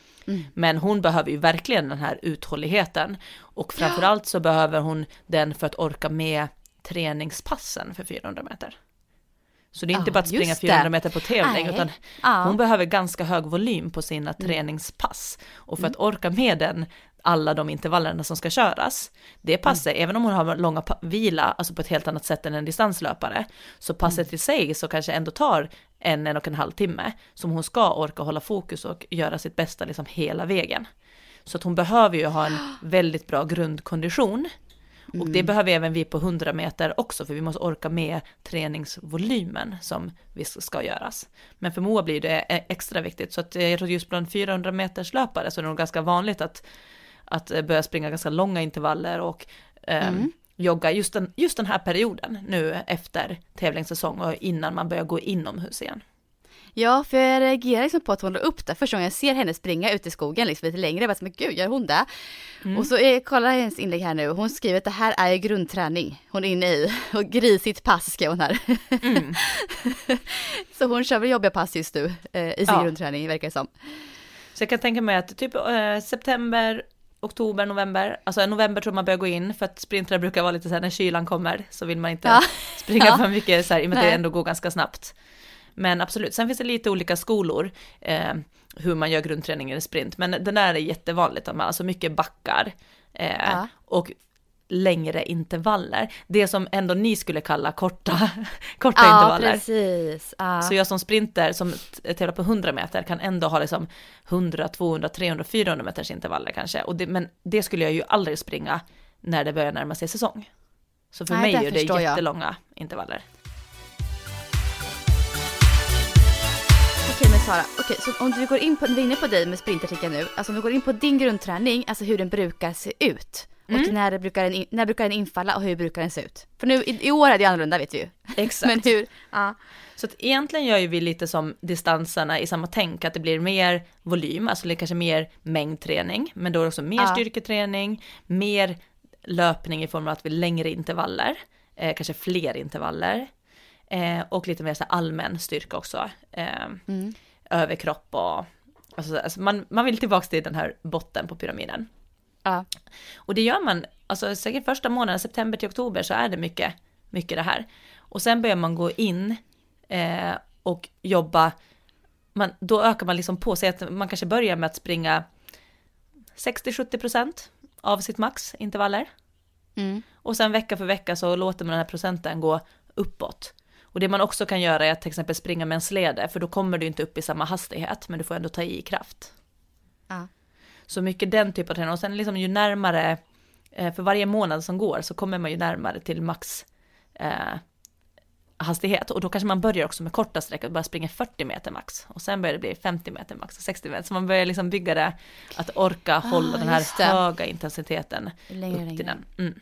Men hon behöver ju verkligen den här uthålligheten. Och framförallt så behöver hon den för att orka med träningspassen för 400 meter. Så det är inte bara att springa 400 meter på tävling, utan hon behöver ganska hög volym på sina träningspass. Och för att orka med alla de intervallerna som ska köras, det passar, även om hon har långa vila, alltså på ett helt annat sätt än en distanslöpare, så passet i sig så kanske ändå tar en och en halv timme som hon ska orka hålla fokus och göra sitt bästa liksom hela vägen. Så att hon behöver ju ha en väldigt bra grundkondition. Och det behöver även vi på 100 meter också, för vi måste orka med träningsvolymen som vi ska göras. Men för Moa blir det extra viktigt, så att jag tror just bland 400 meters löpare så är det nog ganska vanligt att börja springa ganska långa intervaller och jogga just den här perioden nu efter tävlingssäsong och innan man börjar gå inomhus igen. Ja, för jag reagerar liksom på att hon drar upp det. Första gången jag ser henne springa ut i skogen liksom lite längre, jag bara, men gud, gör hon det? Och så kollar jag hennes inlägg här nu. Hon skriver att det här är grundträning. Hon är inne i, och grisigt pass skrev hon här. Så hon kör väl jobbiga pass just nu i sin grundträning, verkar det som. Så jag kan tänka mig att typ september, oktober, november, alltså november tror man börjar gå in, för att sprintare brukar vara lite så här, när kylan kommer så vill man inte springa för mycket så här, i och med att det ändå går ganska snabbt. Men absolut, sen finns det lite olika skolor hur man gör grundträning i sprint, men den där är jättevanligt, att man alltså mycket backar och längre intervaller. Det som ändå ni skulle kalla korta intervaller. Precis. Så jag som sprinter som tävlar på 100 meter kan ändå ha liksom 100, 200, 300, 400 meters intervaller kanske. Men det skulle jag ju aldrig springa när det börjar närma sig säsong. Så för mig är det jättelånga intervaller. Okej, men Sara, så om du går in på, vi är inne på dig med sprintertiken nu, alltså om du går in på din grundträning, alltså hur den brukar se ut och när brukar den infalla och hur brukar den se ut? För nu i år är det annorlunda, vet vi ju. Exakt. Men hur? Så att egentligen gör ju vi lite som distanserna i samma tänk, att det blir mer volym, alltså det kanske mer mängdträning, men då också mer styrketräning, mer löpning i form av att vi längre intervaller, kanske fler intervaller, och lite mer så allmän styrka också, överkropp och alltså man vill tillbaka till den här botten på pyramiden. Ja. Och det gör man, alltså säkert första månaden, september till oktober, så är det mycket det här. Och sen börjar man gå in och jobba, då ökar man liksom på sig att man kanske börjar med att springa 60-70% av sitt maxintervaller. Och sen vecka för vecka så låter man den här procenten gå uppåt. Och det man också kan göra är att till exempel springa med en släde, för då kommer du inte upp i samma hastighet, men du får ändå ta i kraft. Ja. Så mycket den typen av träning. Och sen liksom ju närmare, för varje månad som går så kommer man ju närmare till max hastighet. Och då kanske man börjar också med korta sträckor, bara springa 40 meter max. Och sen börjar det bli 50 meter max och 60 meter. Så man börjar liksom bygga det, att orka hålla den här höga intensiteten upp till den.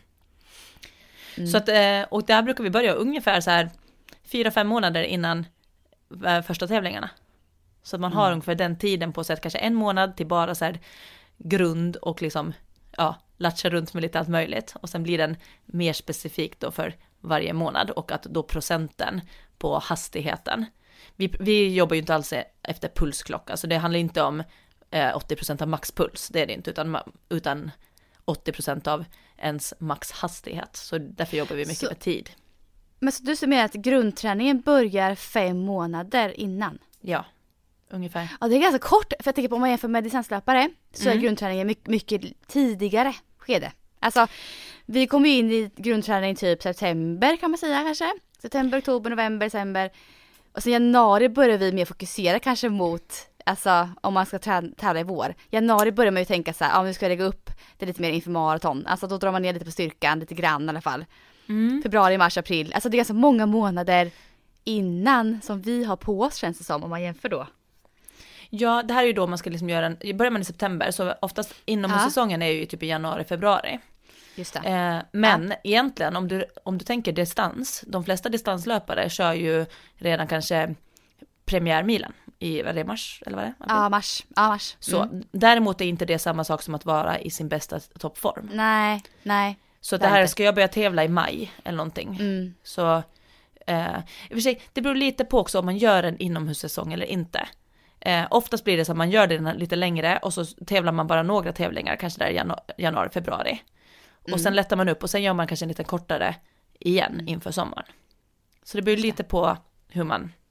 Så att, och där brukar vi börja ungefär så här 4-5 månader innan första tävlingarna. Så att man har ungefär den tiden på sig, att kanske 1 månad till bara så här grund och liksom, latcha runt med lite allt möjligt. Och sen blir den mer specifik då för varje månad, och att då procenten på hastigheten. Vi jobbar ju inte alls efter pulsklocka, så det handlar inte om 80% av maxpuls, det är det inte, utan 80% av ens maxhastighet. Så därför jobbar vi mycket med tid. Men så du menar att grundträningen börjar 5 månader innan? Ja, ungefär. Ja, det är ganska kort, för jag tänker på om man jämför med distanslöpare så är grundträningen mycket tidigare skede. Alltså, vi kommer ju in i grundträning typ september kan man säga kanske. September, oktober, november, december. Och sen januari börjar vi mer fokusera kanske mot, alltså om man ska tävla i vår. Januari börjar man ju tänka så här, nu ska jag lägga upp det lite mer inför maraton. Alltså då drar man ner lite på styrkan, lite grann i alla fall. Februari, mars, april. Alltså det är ganska många månader innan som vi har på oss, känns det som, om man jämför då. Ja, det här är ju då man ska liksom göra börjar man i september, så oftast inom säsongen är ju typ i januari, februari. Just det. Men egentligen om du tänker distans, de flesta distanslöpare kör ju redan kanske premiärmilen i mars eller vad det är? Ja, mars. Så däremot är inte det samma sak som att vara i sin bästa toppform. Nej. Så det här ska jag börja tävla i maj eller någonting. Så i och för sig, det beror lite på också om man gör en inomhussäsong eller inte. Oftast blir det så att man gör det lite längre och så tävlar man bara några tävlingar, kanske där i januari, februari. Och sen lättar man upp och sen gör man kanske en lite kortare igen inför sommaren. Så det beror lite på hur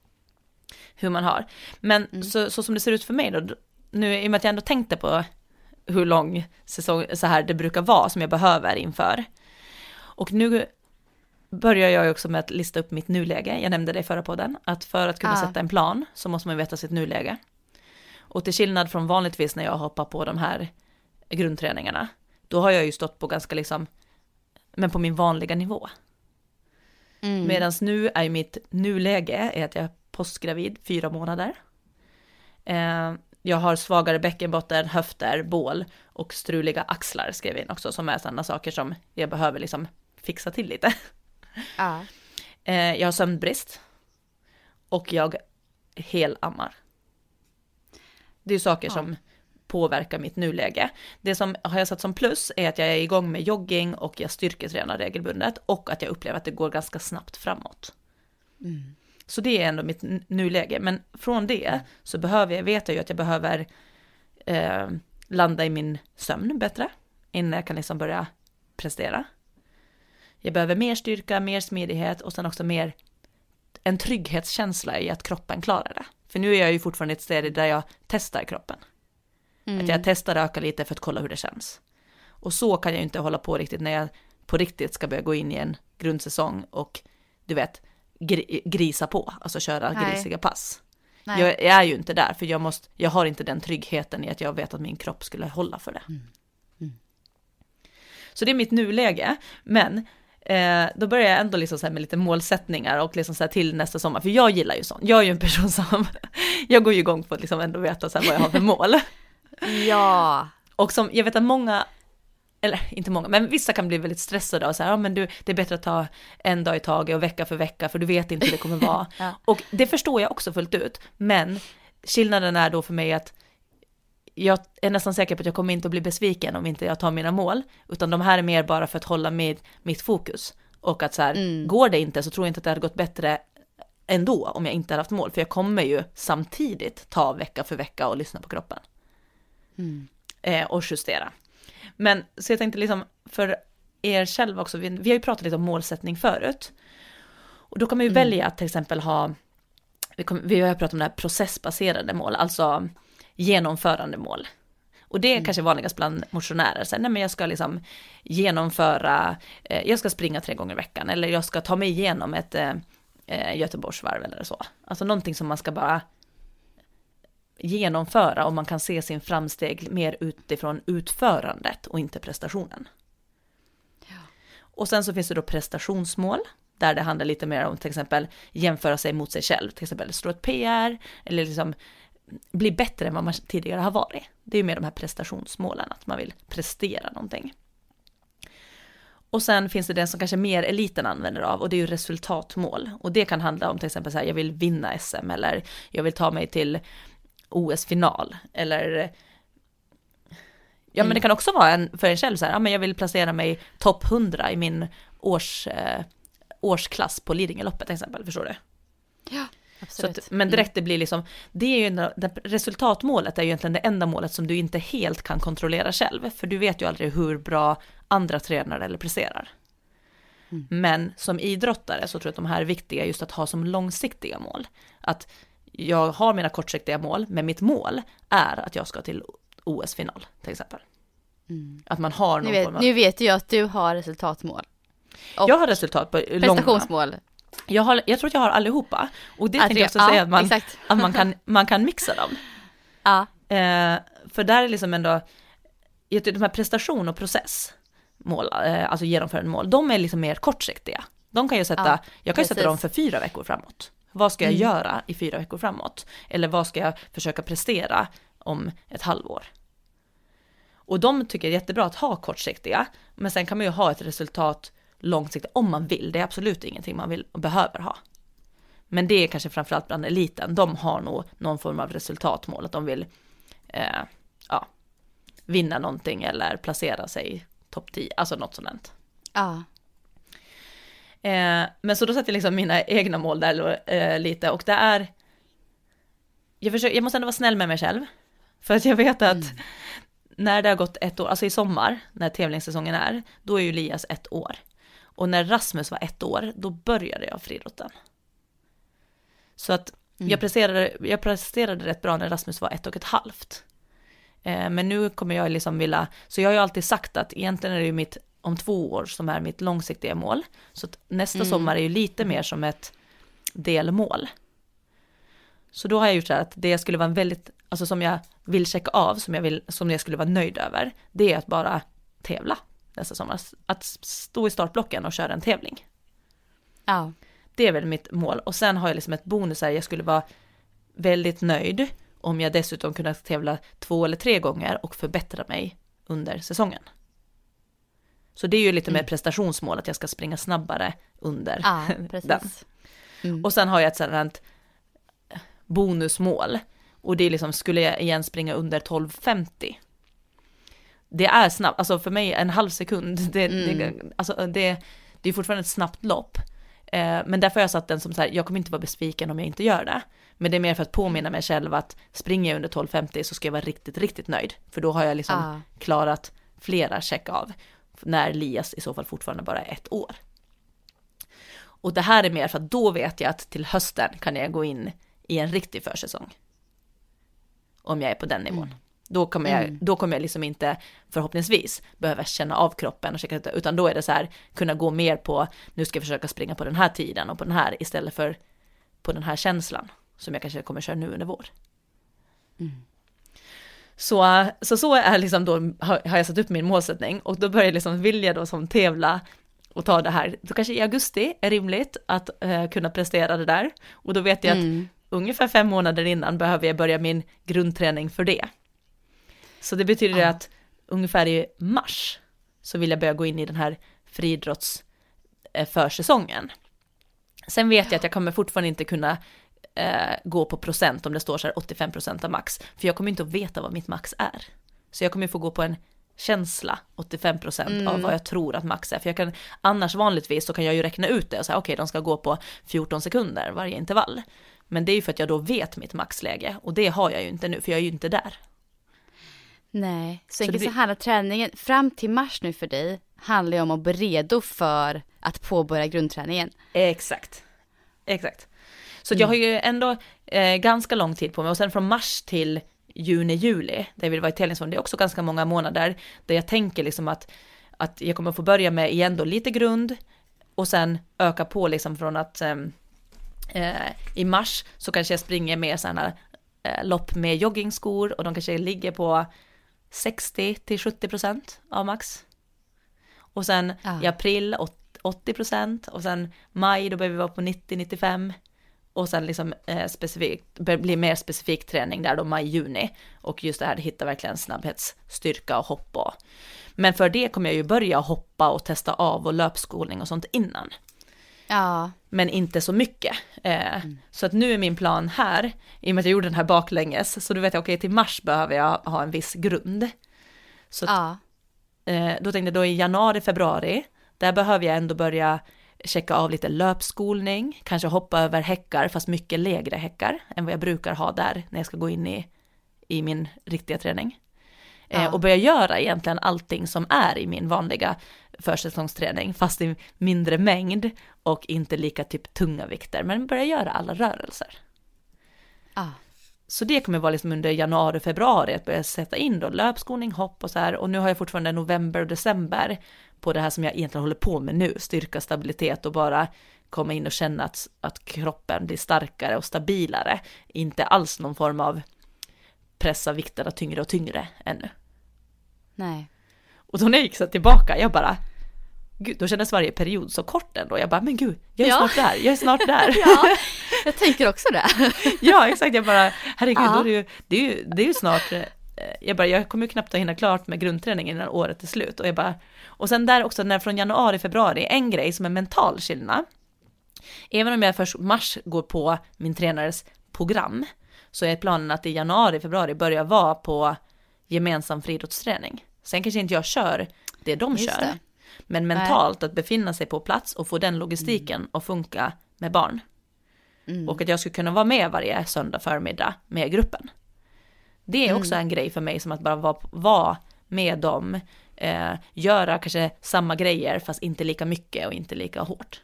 man har. Men så som det ser ut för mig då, nu i och med att jag ändå tänkte på hur lång säsong så här det brukar vara som jag behöver inför. Och nu börjar jag också med att lista upp mitt nuläge. Jag nämnde det i förra podden, att för att kunna sätta en plan så måste man veta sitt nuläge. Och till skillnad från vanligtvis när jag hoppar på de här grundträningarna, då har jag ju stått på ganska liksom, men på min vanliga nivå. Medan nu är mitt nuläge är att jag är postgravid 4 månader. Jag har svagare bäckenbotten, höfter, bål och struliga axlar, skrev jag in också, som är sådana saker som jag behöver liksom fixa till lite. Jag har sömnbrist och jag helammar. Det är saker som påverkar mitt nuläge. Det som har jag satt som plus är att jag är igång med jogging och jag styrketränar regelbundet och att jag upplever att det går ganska snabbt framåt. Så det är ändå mitt nuläge. Men från det så vet jag ju att jag behöver landa i min sömn bättre innan jag kan liksom börja prestera. Jag behöver mer styrka, mer smidighet och sen också mer en trygghetskänsla i att kroppen klarar det. För nu är jag ju fortfarande i ett steg där jag testar kroppen. Att jag testar öka lite för att kolla hur det känns. Och så kan jag ju inte hålla på riktigt när jag på riktigt ska börja gå in i en grundsäsong och du vet, grisa på, alltså köra grisiga pass. Nej. Jag är ju inte där, för jag har inte den tryggheten i att jag vet att min kropp skulle hålla för det. Så det är mitt nuläge, men då börjar jag ändå liksom så här med lite målsättningar och liksom så här till nästa sommar, för jag gillar ju sånt. Jag är ju en person som jag går ju igång på att liksom ändå veta så här vad jag har för mål. Ja. Och som jag vet att många, eller inte många, men vissa kan bli väldigt stressade och säga, men det är bättre att ta en dag i taget och vecka för vecka, för du vet inte hur det kommer vara. Och det förstår jag också fullt ut, men skillnaden är då för mig att jag är nästan säker på att jag kommer inte att bli besviken om inte jag tar mina mål, utan de här är mer bara för att hålla mitt fokus. Och att så här, går det inte så tror jag inte att det hade gått bättre ändå om jag inte hade haft mål. För jag kommer ju samtidigt ta vecka för vecka och lyssna på kroppen. Och justera. Men så jag tänkte liksom för er själva också, vi har ju pratat lite om målsättning förut. Och då kan man ju välja att till exempel vi har pratat om det här processbaserade mål, alltså genomförande mål. Och det är kanske vanligast bland motionärer. Så, nej, men jag ska liksom jag ska springa 3 gånger i veckan, eller jag ska ta mig igenom ett Göteborgsvarv eller så. Alltså någonting som man ska bara genomföra, och man kan se sin framsteg mer utifrån utförandet och inte prestationen. Ja. Och sen så finns det då prestationsmål, där det handlar lite mer om till exempel jämföra sig mot sig själv, till exempel slå ett PR eller liksom bli bättre än vad man tidigare har varit. Det är ju mer de här prestationsmålen, att man vill prestera någonting. Och sen finns det den som kanske mer eliten använder av, och det är ju resultatmål. Och det kan handla om till exempel så här, jag vill vinna SM, eller jag vill ta mig till OS-final, eller men det kan också vara för en själv så här, men jag vill placera mig topp 100 i min årsklass på Lidingöloppet till exempel, förstår du? Ja, absolut. Men direkt det blir liksom, det är ju resultatmålet är ju egentligen det enda målet som du inte helt kan kontrollera själv, för du vet ju aldrig hur bra andra tränare eller presterar. Men som idrottare så tror jag att de här är viktiga just att ha som långsiktiga mål. Att jag har mina kortsiktiga mål, men mitt mål är att jag ska till OS-final till exempel. Att man har någon form av... Nu vet jag att du har resultatmål. Och jag har resultat på prestationsmål. Jag tror att jag har allihopa. Och det tänkte jag också säga att man kan mixa dem. Ja. För där är liksom ändå de här prestation och processmål, alltså genomförande mål, de är liksom mer kortsiktiga. De kan ju jag kan sätta dem för 4 veckor framåt. Vad ska jag göra i 4 veckor framåt? Eller vad ska jag försöka prestera om ett halvår? Och de tycker det är jättebra att ha kortsiktiga, men sen kan man ju ha ett resultat långsiktigt om man vill. Det är absolut ingenting man vill och behöver ha. Men det är kanske framförallt bland eliten. De har nog någon form av resultatmål, att de vill vinna någonting eller placera sig i topp 10, alltså något sådant. Ja. Men så då sätter jag liksom mina egna mål där lite, och det är jag måste ändå vara snäll med mig själv, för att jag vet att när det har gått 1 år, alltså i sommar när tävlingssäsongen är, då är ju Elias 1 år, och när Rasmus var 1 år, då började jag friidrotten. Så att jag presterade rätt bra när Rasmus var 1,5. Men nu kommer jag liksom så jag har ju alltid sagt att egentligen är det ju om 2 år som är mitt långsiktiga mål. Så att nästa sommar är ju lite mer som ett delmål. Så då har jag gjort så här att det skulle vara en väldigt, alltså som jag vill checka av, som jag skulle vara nöjd över, det är att bara tävla nästa sommar. Att stå i startblocken och köra en tävling. Ja. Det är väl mitt mål. Och sen har jag liksom ett bonus här, jag skulle vara väldigt nöjd om jag dessutom kunde tävla 2 eller 3 gånger och förbättra mig under säsongen. Så det är ju lite mer prestationsmål, att jag ska springa snabbare under den. Och sen har jag ett sådant bonusmål, och det är liksom, skulle jag igen springa under 12:50. Det är snabbt, alltså för mig en halv sekund, det är fortfarande ett snabbt lopp. Men därför har jag satt den som så här, jag kommer inte vara besviken om jag inte gör det. Men det är mer för att påminna mig själv att springer jag under 12:50 så ska jag vara riktigt, riktigt nöjd. För då har jag liksom klarat flera check av, när Elias i så fall fortfarande bara är 1 år. Och det här är mer för att då vet jag att till hösten kan jag gå in i en riktig försäsong. Om jag är på den nivån. Då kommer jag liksom inte förhoppningsvis behöva känna av kroppen och checka ut, utan då är det så här, kunna gå mer på, nu ska jag försöka springa på den här tiden och på den här, istället för på den här känslan som jag kanske kommer köra nu under vår. Så är liksom då har jag satt upp min målsättning, och då börjar jag liksom vilja då som tävla och ta det här. Då kanske i augusti är rimligt att kunna prestera det där, och då vet jag att ungefär 5 månader innan behöver jag börja min grundträning för det. Så det betyder att ungefär i mars så vill jag börja gå in i den här friidrotts försäsongen. Sen vet jag att jag kommer fortfarande inte kunna gå på procent om det står så här 85% av max. För jag kommer inte att veta vad mitt max är. Så jag kommer få gå på en känsla 85% av vad jag tror att max är. För jag kan, annars vanligtvis så kan jag ju räkna ut det och säga okej, de ska gå på 14 sekunder varje intervall. Men det är ju för att jag då vet mitt maxläge och det har jag ju inte nu för jag är ju inte där. Nej, så enkelt så handlar träningen fram till mars nu för dig handlar ju om att bli redo för att påbörja grundträningen. Exakt. Så jag har ju ändå ganska lång tid på mig och sen från mars till juni-juli, där jag vill vara i tävlingsform, det är också ganska många månader där jag tänker liksom att jag kommer få börja med igen då lite grund och sen öka på liksom från att i mars så kanske jag springer med sådana lopp med joggingskor och de kanske ligger på 60-70% av max. Och sen i april 80% och sen maj då behöver vi vara på 90-95 och sen liksom blir mer specifik träning där då maj-juni och just det här hitta verkligen snabbhetsstyrka och hoppa. Men för det kommer jag ju börja hoppa och testa av och löpskolning och sånt innan. Ja. Men inte så mycket. Så att nu är min plan här, i och med att jag gjorde den här baklänges, så då vet jag okej, till mars behöver jag ha en viss grund. Så att, då tänkte jag då i januari, februari, där behöver jag ändå börja checka av lite löpskolning, kanske hoppa över häckar, fast mycket lägre häckar än vad jag brukar ha där när jag ska gå in i min riktiga träning. Och börja göra egentligen allting som är i min vanliga försäsongsträning, fast i mindre mängd och inte lika typ tunga vikter, men börja göra alla rörelser. Så det kommer vara liksom under januari, februari att börja sätta in då löpskolning, hopp och så här, och nu har jag fortfarande november och december på det här som jag egentligen håller på med nu, styrka, stabilitet och bara komma in och känna att kroppen blir starkare och stabilare, inte alls någon form av pressa vikterna tyngre och tyngre ännu. Nej. Och då när jag gick så tillbaka, jag bara, gud, då kändes varje period så kort ändå. Jag bara, men gud, jag är snart där. Ja, jag tänker också det. Ja, exakt. Jag bara, herregud, då det är ju snart, jag kommer ju knappt att hinna klart med grundträningen innan året är slut. Och sen där också, när från januari, februari, en grej som är mental skillnad. Även om jag först mars går på min tränares program, så är planen att i januari, februari börja vara på gemensam friidrottsträning. Sen kanske inte jag kör det de kör. Det. Men mentalt att befinna sig på plats och få den logistiken att funka med barn. Och att jag skulle kunna vara med varje söndag förmiddag med gruppen. Det är också en grej för mig, som att bara vara med dem. Göra kanske samma grejer fast inte lika mycket och inte lika hårt.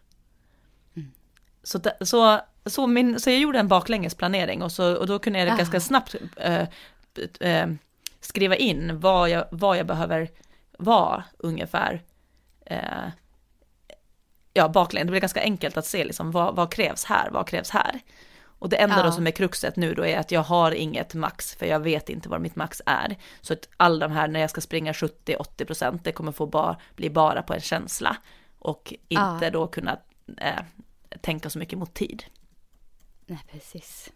Så jag gjorde en baklängesplanering och då kunde jag ganska snabbt skriva in vad jag behöver vara ungefär. Baklänges. Det blir ganska enkelt att se liksom, vad krävs här. Och det enda då som är kruxet nu då är att jag har inget max, för jag vet inte vad mitt max är. Så att alla de här, när jag ska springa 70-80%, det kommer få bli bara på en känsla och inte då kunna tänka så mycket mot tid. Nej, precis.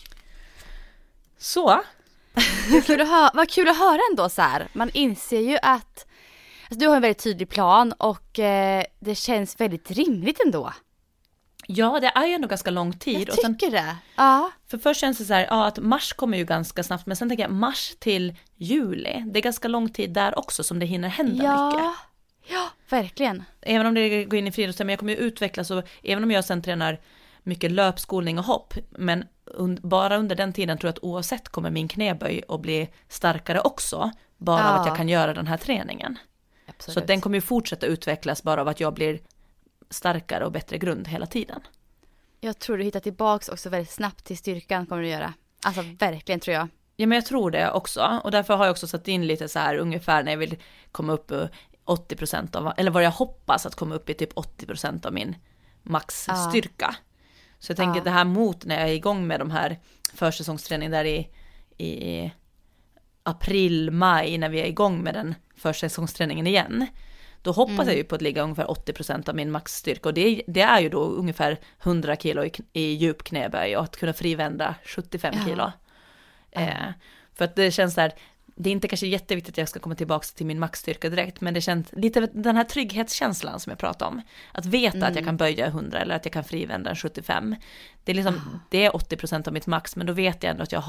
Så. Vad kul att höra ändå så här. Man inser ju att du har en väldigt tydlig plan och det känns väldigt rimligt ändå. Ja, det är ju ändå ganska lång tid. Jag tycker det. Ja. För först känns det så här, att mars kommer ju ganska snabbt, men sen tänker jag mars till juli, det är ganska lång tid där också som det hinner hända mycket. Ja, verkligen. Även om det går in i friidrott, men jag kommer ju utvecklas, och även om jag sen tränar mycket löpskolning och hopp, men bara under den tiden tror jag att oavsett kommer min knäböj att bli starkare också, bara av att jag kan göra den här träningen. Absolut. Så att den kommer ju fortsätta utvecklas bara av att jag blir starkare och bättre grund hela tiden. Jag tror du hittar tillbaks också väldigt snabbt till styrkan, kommer du göra. Alltså verkligen, tror jag. Ja, men jag tror det också, och därför har jag också satt in lite så här ungefär när jag vill komma upp 80% av, eller vad jag hoppas att komma upp i typ 80% av min maxstyrka. Så jag tänker det här mot när jag är igång med de här försäsongsträningen där i april, maj, när vi är igång med den försäsongsträningen igen. Då hoppas jag ju på att ligga ungefär 80% av min maxstyrka, och det är ju då ungefär 100 kilo i djup knäböj och att kunna frivända 75 kilo. För att det känns där, det är inte kanske jätteviktigt att jag ska komma tillbaka till min maxstyrka direkt, men det känns lite den här trygghetskänslan som jag pratade om. Att veta att jag kan böja 100 eller att jag kan frivända 75. Det är liksom, det är 80% av mitt max, men då vet jag ändå att jag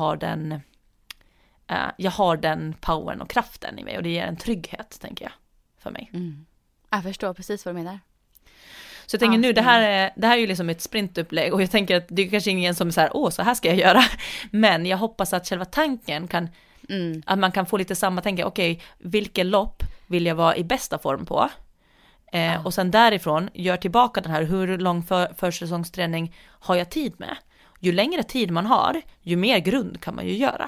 har den powern och kraften i mig, och det ger en trygghet, tänker jag, för mig. Jag förstår precis vad du menar. Så jag tänker nu, det här är ju liksom ett sprintupplägg, och jag tänker att det är kanske ingen som är så här, så här ska jag göra. Men jag hoppas att själva tanken kan, att man kan få lite samma tänka, okej, vilket lopp vill jag vara i bästa form på? Och sen därifrån, gör tillbaka den här, hur lång försäsongsträning har jag tid med? Ju längre tid man har, ju mer grund kan man ju göra.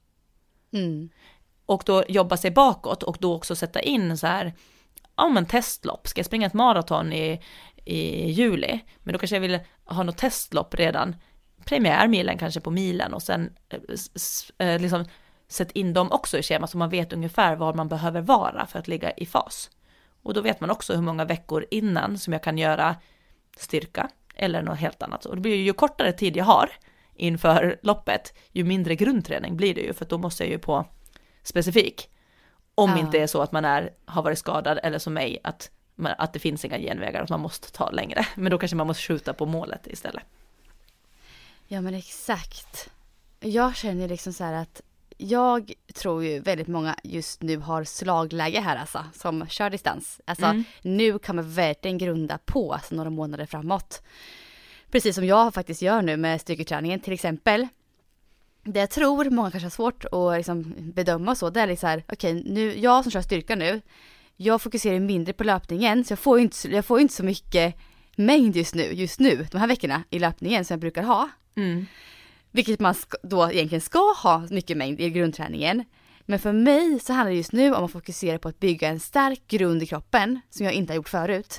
Och då jobba sig bakåt, och då också sätta in så här, men testlopp. Ska jag springa ett maraton i juli, men då kanske jag vill ha något testlopp redan, premiärmilen kanske på milen, och sen liksom sätt in dem också i schema, så man vet ungefär var man behöver vara för att ligga i fas. Och då vet man också hur många veckor innan som jag kan göra styrka eller något helt annat. Och det blir ju kortare tid jag har inför loppet, ju mindre grundträning blir det ju, för då måste jag ju på specifik. Om inte är så att man har varit skadad, eller som mig, att det finns inga genvägar, att man måste ta längre. Men då kanske man måste skjuta på målet istället. Ja, men exakt. Jag känner liksom så här att jag tror ju väldigt många just nu har slagläge här, alltså, som kör distans. Alltså nu kan man verkligen grunda på, alltså, några månader framåt. Precis som jag faktiskt gör nu med styrketräningen till exempel. Det jag tror många kanske har svårt att liksom bedöma så, det är liksom okej, nu, jag som kör styrka nu, jag fokuserar mindre på löpningen, så jag får inte så mycket mängd just nu, de här veckorna i löpningen som jag brukar ha. Vilket man då egentligen ska ha mycket mängd i grundträningen. Men för mig så handlar det just nu om att fokusera på att bygga en stark grund i kroppen som jag inte har gjort förut.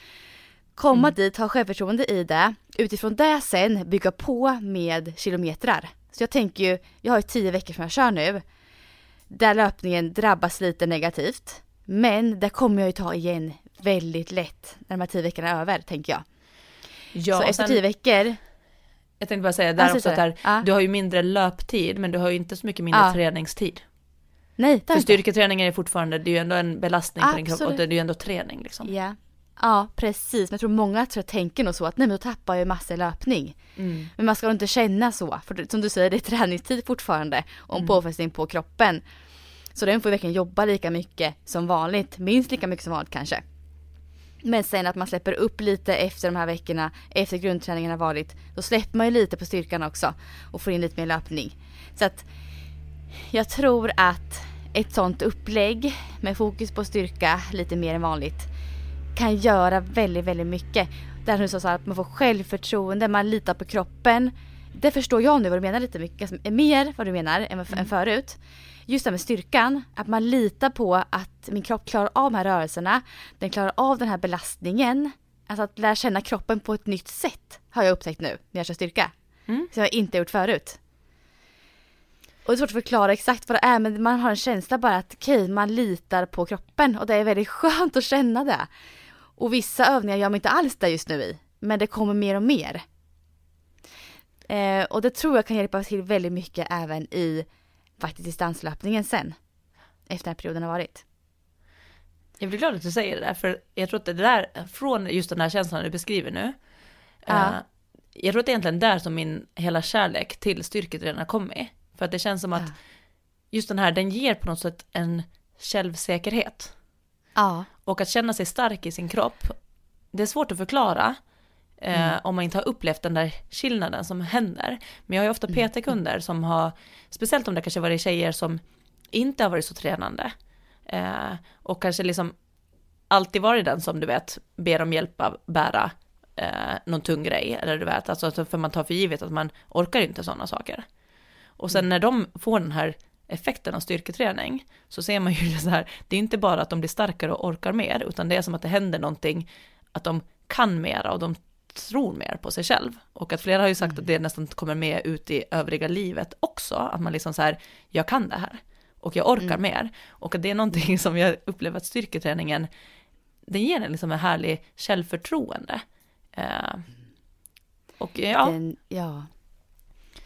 Komma dit, ha självförtroende i det, utifrån det sen bygga på med kilometrar. Så jag tänker ju, jag har ju 10 veckor som jag kör nu, där löpningen drabbas lite negativt. Men det kommer jag ju ta igen väldigt lätt när de här 10 veckorna är över, tänker jag. Ja, så efter 10 veckor... Jag tänkte bara säga där också att du har ju mindre löptid, men du har ju inte så mycket mindre träningstid. Nej, för styrketräning är fortfarande, det är ju ändå en belastning på din kropp, och det är ju ändå träning liksom. Ja, precis. Men jag tror många tänker nog så att nej, men då tappar jag ju massor löpning. Men man ska inte känna så, för som du säger, det är träningstid fortfarande och påfrestning på kroppen. Så den får verkligen jobba lika mycket som vanligt, minst lika mycket som vanligt kanske. Men sen att man släpper upp lite efter de här veckorna, efter grundträningen har varit, då släpper man ju lite på styrkan också och får in lite mer löpning. Så att jag tror att ett sånt upplägg med fokus på styrka lite mer än vanligt kan göra väldigt, väldigt mycket. Där du sa så att man får självförtroende, man litar på kroppen. Det förstår jag nu vad du menar lite mycket, mer vad du menar än förut. Just det med styrkan, att man litar på att min kropp klarar av de här rörelserna, den klarar av den här belastningen. Alltså att lära känna kroppen på ett nytt sätt har jag upptäckt nu när jag kör styrka. Så jag har inte gjort förut. Och det är svårt att förklara exakt vad det är, men man har en känsla bara att okej, man litar på kroppen, och det är väldigt skönt att känna det. Och vissa övningar gör man inte alls där just nu i, men det kommer mer och mer. Och det tror jag kan hjälpa till väldigt mycket även i faktiskt distanslöpningen sen, efter den här perioden har varit. Jag blir glad att du säger det där, för jag tror att det där, från just den här känslan du beskriver nu, jag tror att det är egentligen där som min hela kärlek till styrketräning har kommit. För att det känns som att just den här, den ger på något sätt en självsäkerhet. Och att känna sig stark i sin kropp, det är svårt att förklara om man inte har upplevt den där skillnaden som händer. Men jag har ju ofta PT-kunder som har, speciellt om det kanske varit tjejer som inte har varit så tränande, och kanske liksom alltid varit den som du vet ber om hjälp att bära någon tung grej, eller du vet, alltså för man tar för givet att man orkar inte sådana saker. Och sen när de får den här effekten av styrketräning, så ser man ju det så här, det är inte bara att de blir starkare och orkar mer, utan det är som att det händer någonting, att de kan mera och de tror mer på sig själv. Och att flera har ju sagt att det nästan kommer med ut i övriga livet också, att man liksom så här, jag kan det här och jag orkar mer. Och att det är någonting som jag upplever att styrketräningen, det ger en liksom en härlig självförtroende. Och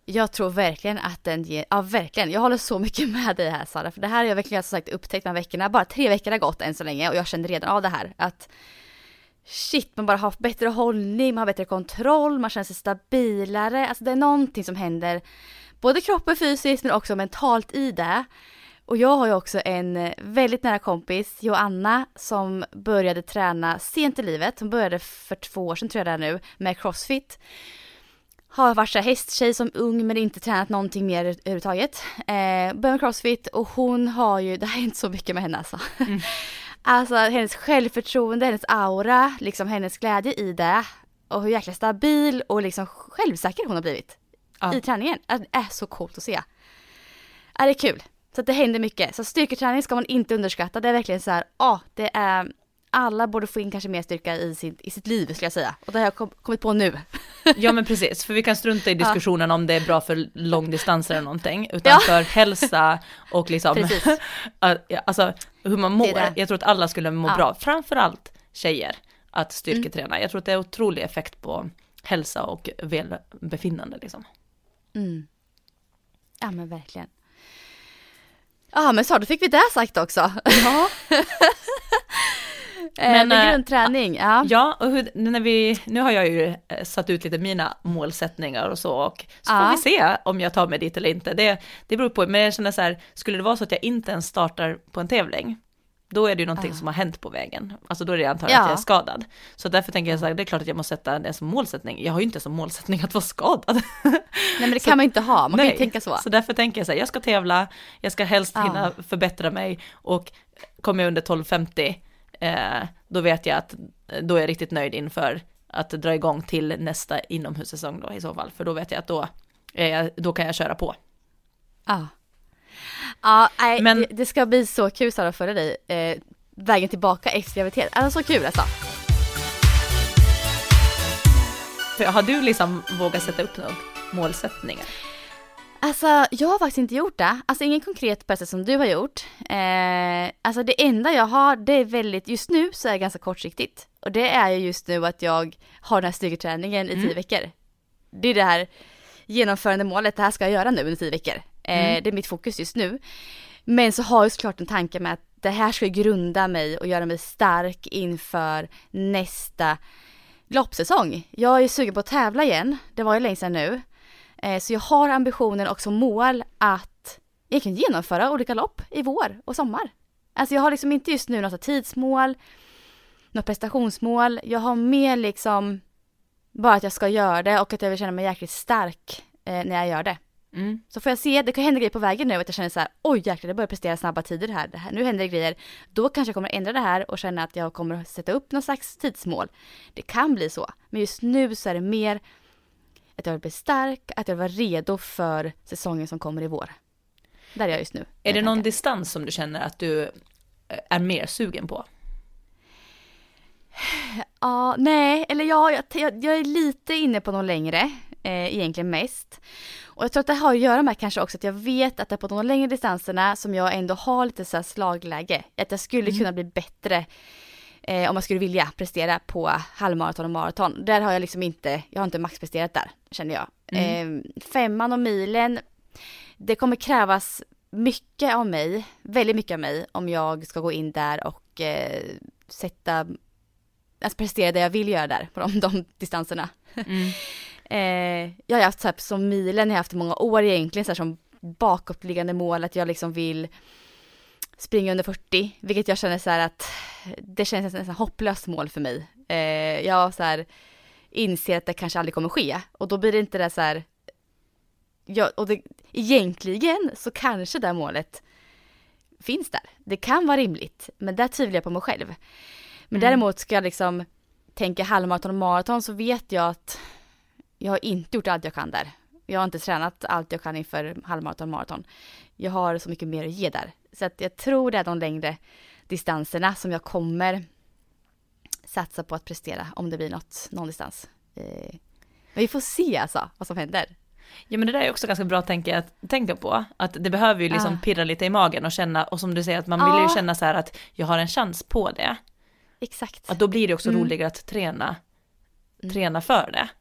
Jag tror verkligen att den ger, ja verkligen, jag håller så mycket med dig här Sara, för det här har jag verkligen som sagt upptäckt de här veckorna, bara 3 veckor har gått än så länge och jag känner redan av det här, att shit, man bara har bättre hållning, man har bättre kontroll, man känner sig stabilare, alltså det är någonting som händer, både kroppen fysiskt men också mentalt i det. Och jag har ju också en väldigt nära kompis, Joanna, som började träna sent i livet, hon började för 2 år sedan tror jag det är nu, med CrossFit. Har varit så här hästtjej som ung men inte tränat någonting mer överhuvudtaget. Började med CrossFit och hon har ju, det här är inte så mycket med henne alltså. Alltså hennes självförtroende, hennes aura, liksom hennes glädje i det. Och hur jäkla stabil och liksom självsäker hon har blivit i träningen. Det är så coolt att se. Det är kul. Så att det händer mycket. Så styrketräning ska man inte underskatta. Det är verkligen så här, det är... Alla borde få in kanske mer styrka i sitt liv, skulle jag säga. Och det har jag kommit på nu. Ja, men precis. För vi kan strunta i diskussionen om det är bra för långdistanser eller någonting. Utan för hälsa och liksom... alltså hur man mår. Jag tror att alla skulle må bra. Framförallt tjejer att styrketräna. Jag tror att det är otrolig effekt på hälsa och välbefinnande liksom. Ja, men verkligen. Ja, men så då fick vi det sagt också. Ja. Men grundträning, Ja, och nu har jag ju satt ut lite mina målsättningar och så får vi se om jag tar mig dit eller inte. Det beror på, men jag känner så här, skulle det vara så att jag inte ens startar på en tävling, då är det ju någonting som har hänt på vägen. Alltså då är det antagligen att jag är skadad. Så därför tänker jag så här, det är klart att jag måste sätta det som målsättning. Jag har ju inte som målsättning att vara skadad. Nej, men det kan man inte ha. Man kan ju tänka så. Så därför tänker jag så här, jag ska tävla, jag ska helst hinna förbättra mig och kommer jag under 12:50, då vet jag att då är jag riktigt nöjd inför att dra igång till nästa inomhussäsong då i så fall. För då vet jag att då kan jag köra på. Men det ska bli så kul Sara, för dig. Vägen tillbaka efter graviditet. Alltså så kul alltså. Har du liksom vågat sätta upp några målsättningar? Alltså jag har faktiskt inte gjort det. Alltså ingen konkret på det som du har gjort. Alltså det enda jag har, det är väldigt, just nu så är det ganska kortsiktigt. Och det är ju just nu att jag har den här styrketräningen i 10 veckor. Det är det här genomförande målet, det här ska jag göra nu under 10 veckor. Det är mitt fokus just nu. Men så har jag såklart en tanke med att det här ska grunda mig och göra mig stark inför nästa loppsäsong. Jag är sugen på att tävla igen, det var ju länge sedan nu. Så jag har ambitionen och som mål att jag kan genomföra olika lopp i vår och sommar. Alltså jag har liksom inte just nu något tidsmål, något prestationsmål. Jag har mer liksom bara att jag ska göra det och att jag vill känna mig jäkligt stark när jag gör det. Så får jag se, det kan hända grejer på vägen nu att jag känner så här, oj jäklar, det börjar prestera snabba tider här. Nu händer det grejer. Då kanske jag kommer ändra det här och känna att jag kommer att sätta upp någon slags tidsmål. Det kan bli så. Men just nu så är det mer att jag vill bli stark, att jag vill vara redo för säsongen som kommer i vår. Där är jag just nu. Är det någon distans som du känner att du är mer sugen på? Ja, nej, eller jag är lite inne på någon längre, egentligen mest. Och jag tror att det har att göra med kanske också att jag vet att det är på de längre distanserna som jag ändå har lite så här slagläge. Att jag skulle kunna bli bättre om jag skulle vilja prestera på halvmaraton och maraton. Där har jag liksom inte, jag har inte maxpresterat där, känner jag. 5:an och milen, det kommer krävas mycket av mig, väldigt mycket av mig, om jag ska gå in där och alltså prestera det jag vill göra där på de distanserna. Jag har haft så här, som milen, jag har haft många år egentligen så här, som bakåtliggande mål att jag liksom vill springa under 40, vilket jag känner så här att det känns nästan hopplöst mål för mig. Jag så här inser att det kanske aldrig kommer ske och då blir det inte det så här, egentligen så kanske det målet finns där. Det kan vara rimligt, men där tvivlar jag på mig själv. Men däremot ska jag liksom tänka halvmaraton och maraton, så vet jag att jag har inte gjort allt jag kan där. Jag har inte tränat allt jag kan inför halvmaraton och maraton. Jag har så mycket mer att ge där. Så att jag tror det är de längre distanserna som jag kommer satsa på att prestera om det blir någon distans. Men vi får se alltså vad som händer. Ja, men det där är också ganska bra att tänka på. Att det behöver ju liksom pirra lite i magen och känna, och som du säger att man vill ju känna så här att jag har en chans på det. Exakt. Att då blir det också roligare att träna för det.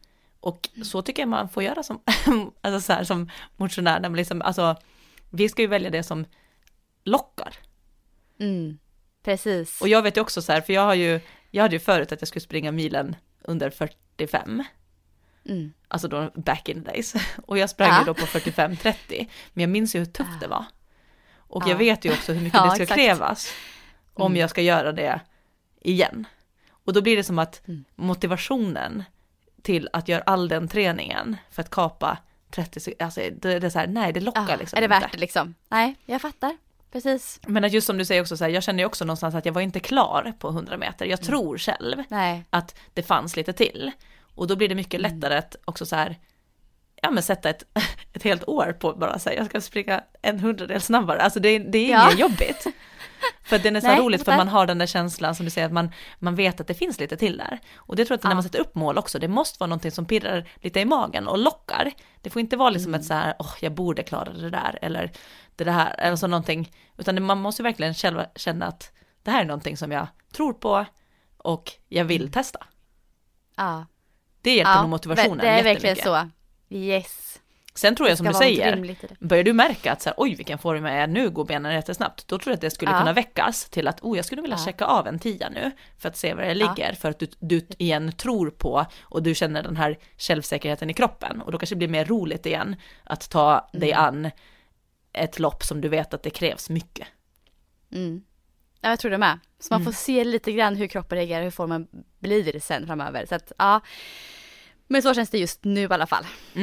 Och så tycker jag man får göra som, alltså så här, som motionär. När man liksom, alltså, vi ska ju välja det som lockar. Precis. Och jag vet ju också så här, för jag hade ju förut att jag skulle springa milen under 45. Alltså då back in the days. Och jag sprang ju då på 45-30. Men jag minns ju hur tufft det var. Och jag vet ju också hur mycket det ska krävas om jag ska göra det igen. Och då blir det som att motivationen till att göra all den träningen för att kapa 30 sekunder, alltså det är så här, nej det lockar liksom är det inte. värt det liksom? Nej, jag fattar. Precis. Men att just som du säger också så här, jag känner ju också någonstans att jag var inte klar på 100 meter. Jag tror själv att det fanns lite till. Och då blir det mycket lättare att också så här, ja men sätta ett helt år på bara säga jag ska springa 100 snabbare. Alltså det är inget jobbigt. För det är så roligt för man har den där känslan som du säger att man vet att det finns lite till där. Och det tror jag att när man sätter upp mål också, det måste vara någonting som pirrar lite i magen och lockar. Det får inte vara liksom ett så här, jag borde klara det där eller det här eller så någonting. Utan man måste verkligen själv känna att det här är någonting som jag tror på och jag vill testa. Ja. Det hjälper nog motivationen det är jättemycket. verkligen så. Yes. Sen tror jag som du säger, börjar du märka att så här, oj vilken form jag är nu, går benen jättesnabbt, då tror jag att det skulle kunna väckas till att jag skulle vilja checka av en 10 nu för att se var det ligger, för att du igen tror på och du känner den här självsäkerheten i kroppen och då kanske det blir mer roligt igen att ta dig an ett lopp som du vet att det krävs mycket. Ja, jag tror det med. Så man får se lite grann hur kroppen reagerar, hur formen blir sen framöver. Så att, ja. Men så känns det just nu i alla fall.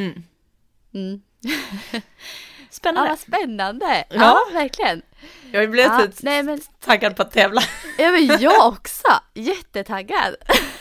Spännande. Ja, vad spännande. Ja, verkligen. Jag blev taggad på att tävla. Ja, men jag också. Jättetaggad.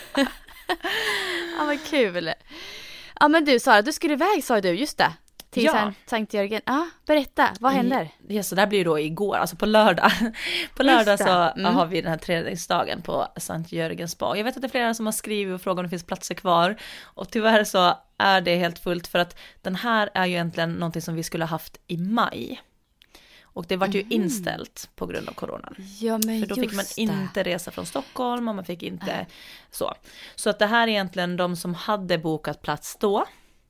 Ja, vad kul. Ja, men du Sara, du skulle iväg sa du, just det. Till Sankt Jörgen. Ja, berätta, vad händer? Ja, så där blir det då igår, alltså på lördag. På lördag så har vi den här träningsdagen på Sankt Jörgens spa. Jag vet att det är flera som har skrivit och frågat om det finns platser kvar. Och tyvärr så är det helt fullt för att den här är ju egentligen någonting som vi skulle ha haft i maj. Och det var ju inställt på grund av coronan. Ja, men för då fick man inte resa från Stockholm och man fick inte så. Så att det här är egentligen de som hade bokat plats då.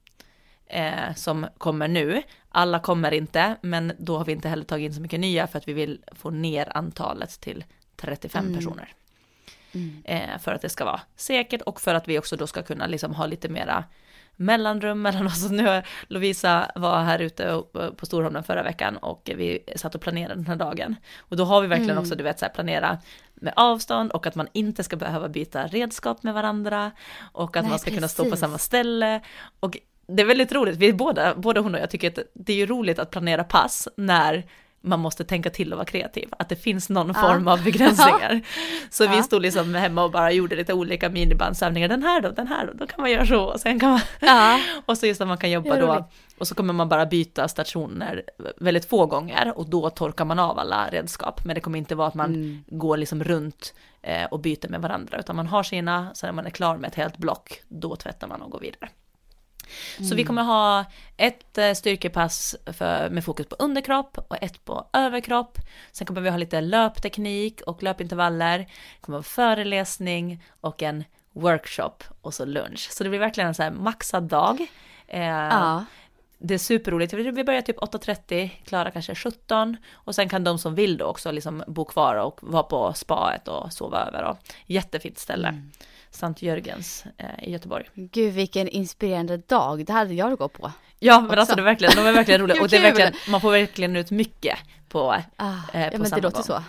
Som kommer nu. Alla kommer inte, men då har vi inte heller tagit in så mycket nya för att vi vill få ner antalet till 35 personer. För att det ska vara säkert och för att vi också då ska kunna liksom ha lite mera mellanrum mellan oss. Nu Lovisa var här ute på Storholmen förra veckan och vi satt och planerade den här dagen. Och då har vi verkligen också, du vet, så här, planera med avstånd och att man inte ska behöva byta redskap med varandra och att man ska kunna stå på samma ställe. Och det är väldigt roligt, vi båda hon och jag tycker att det är ju roligt att planera pass när man måste tänka till och vara kreativ. Att det finns någon form av begränsningar. Så vi stod liksom hemma och bara gjorde lite olika minibandsävningar. Den här då kan man göra så. Och sen kan man och så just att man kan jobba då. Och så kommer man bara byta stationer väldigt få gånger. Och då torkar man av alla redskap. Men det kommer inte vara att man går liksom runt och byter med varandra. Utan man har sina, så när man är klar med ett helt block, då tvättar man och går vidare. Så vi kommer ha ett styrkepass med fokus på underkropp och ett på överkropp. Sen kommer vi ha lite löpteknik och löpintervaller. Det kommer vara föreläsning och en workshop och så lunch. Så det blir verkligen en så här maxad dag. Det är superroligt. Vi börjar typ 8:30, klara kanske 17. Och sen kan de som vill då också liksom bo kvar och vara på spaet och sova över. Och jättefint ställe. Sankt Jörgens i Göteborg. Gud, vilken inspirerande dag. Det hade jag gått på. Ja, men alltså de är verkligen roliga. Och det är verkligen, man får verkligen ut mycket på men det låter så.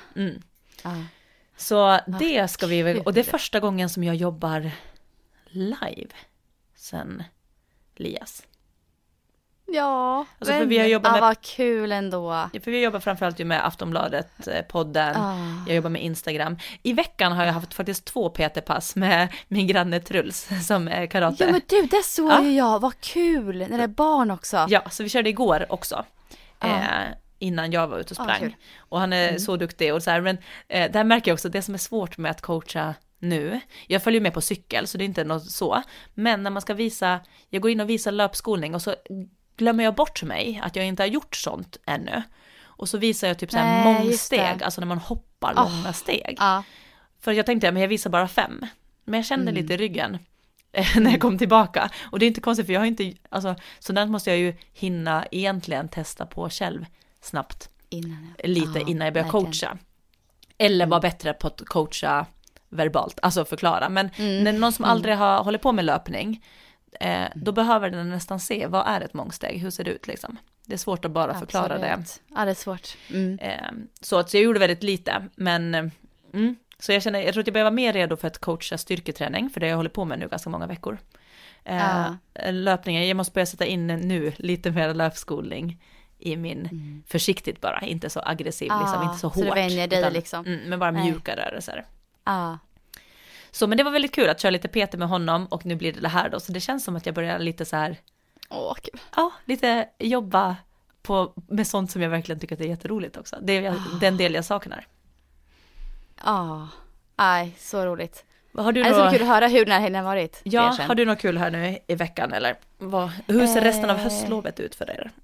Så det ska vi, och det är första gången som jag jobbar live sen Lias. Ja, alltså för vi har jobbat med, vad kul ändå. För vi jobbar framförallt ju med Aftonbladet-podden. Jag jobbar med Instagram. I veckan har jag haft faktiskt 2 PT-pass med min granne Truls som är karate. Ja, men du, det såg ju jag. Vad kul, när det är barn också. Ja, så vi körde igår också. Innan jag var ute och sprang. Och han är så duktig. Och så här, men där märker jag också det som är svårt med att coacha nu. Jag följer med på cykel så det är inte något så. Men när man ska visa, jag går in och visar löpskolning och så glömmer jag bort mig att jag inte har gjort sånt ännu. Och så visar jag typ så här mångsteg, alltså när man hoppar långa steg. För jag tänkte, men jag visar bara 5. Men jag kände lite i ryggen. när jag kom tillbaka. Och det är inte konstigt för jag har inte, alltså sådant måste jag ju hinna egentligen testa på själv snabbt. Innan jag börjar coacha. Eller vara bättre på att coacha verbalt, alltså förklara. Men när någon som aldrig har hållit på med löpning, då behöver den nästan se, vad är ett mångsteg? Hur ser det ut liksom? Det är svårt att bara förklara det. Ja, det är svårt. Så jag gjorde väldigt lite, men så jag tror att jag behöver vara mer redo för att coacha styrketräning, för det jag håller på med nu ganska många veckor. Löpningen, jag måste börja sätta in nu lite mer löpskolning i min, försiktigt bara, inte så aggressiv, liksom, inte så hårt. Så du vänjer dig liksom. Men bara mjuka rörelser. Så men det var väldigt kul att köra lite PT med honom, och nu blir det här då, så det känns som att jag börjar lite så här, kul. Ja, lite jobba med sånt som jag verkligen tycker att det är jätteroligt också. Det är den del jag saknar. Så roligt. Har du det är så kul att höra hur den här helgen har varit. Ja, har du något kul här nu i veckan eller? Hur ser resten av höstlovet ut för dig?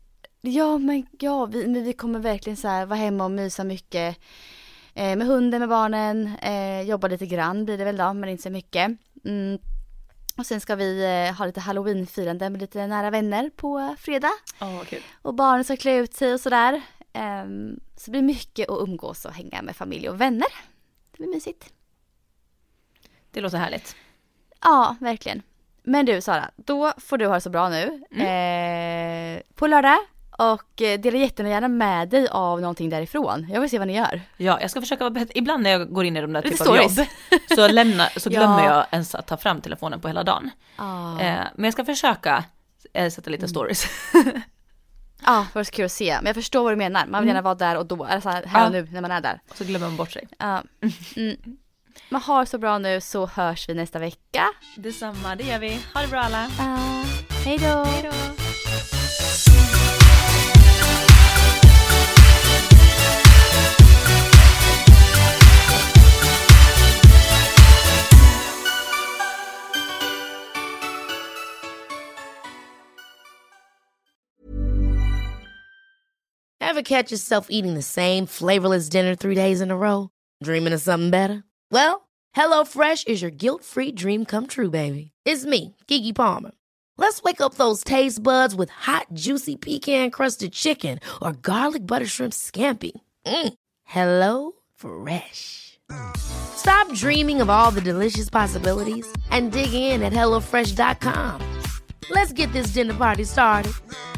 Vi kommer verkligen så här vara hemma och mysa mycket med hunden, med barnen, jobba lite grann blir det väl då, men inte så mycket. Och sen ska vi ha lite Halloween-firande med lite nära vänner på fredag. Kul. Och barnen ska klä ut sig och sådär. Så det blir mycket att umgås och hänga med familj och vänner. Det blir mysigt. Det låter härligt. Ja, verkligen. Men du Sara, då får du ha det så bra nu. På lördag. Och dela jättegärna med dig av någonting därifrån. Jag vill se vad ni gör. Ja, jag ska försöka vara bättre. Ibland när jag går in i de där typen av jobb så glömmer jag ens att ta fram telefonen på hela dagen. Men jag ska försöka sätta lite stories. Ja, det var så kul att se. Men jag förstår vad du menar. Man vill gärna vara där och då. Alltså här och nu när man är där. Så glömmer man bort sig. Man har så bra nu, så hörs vi nästa vecka. Detsamma, det gör vi. Ha det bra alla. Hej då. Hej då. Ever catch yourself eating the same flavorless dinner 3 days in a row? Dreaming of something better? Well, HelloFresh is your guilt-free dream come true, baby. It's me, Keke Palmer. Let's wake up those taste buds with hot, juicy pecan-crusted chicken or garlic butter shrimp scampi. Hello Fresh. Stop dreaming of all the delicious possibilities and dig in at HelloFresh.com. Let's get this dinner party started.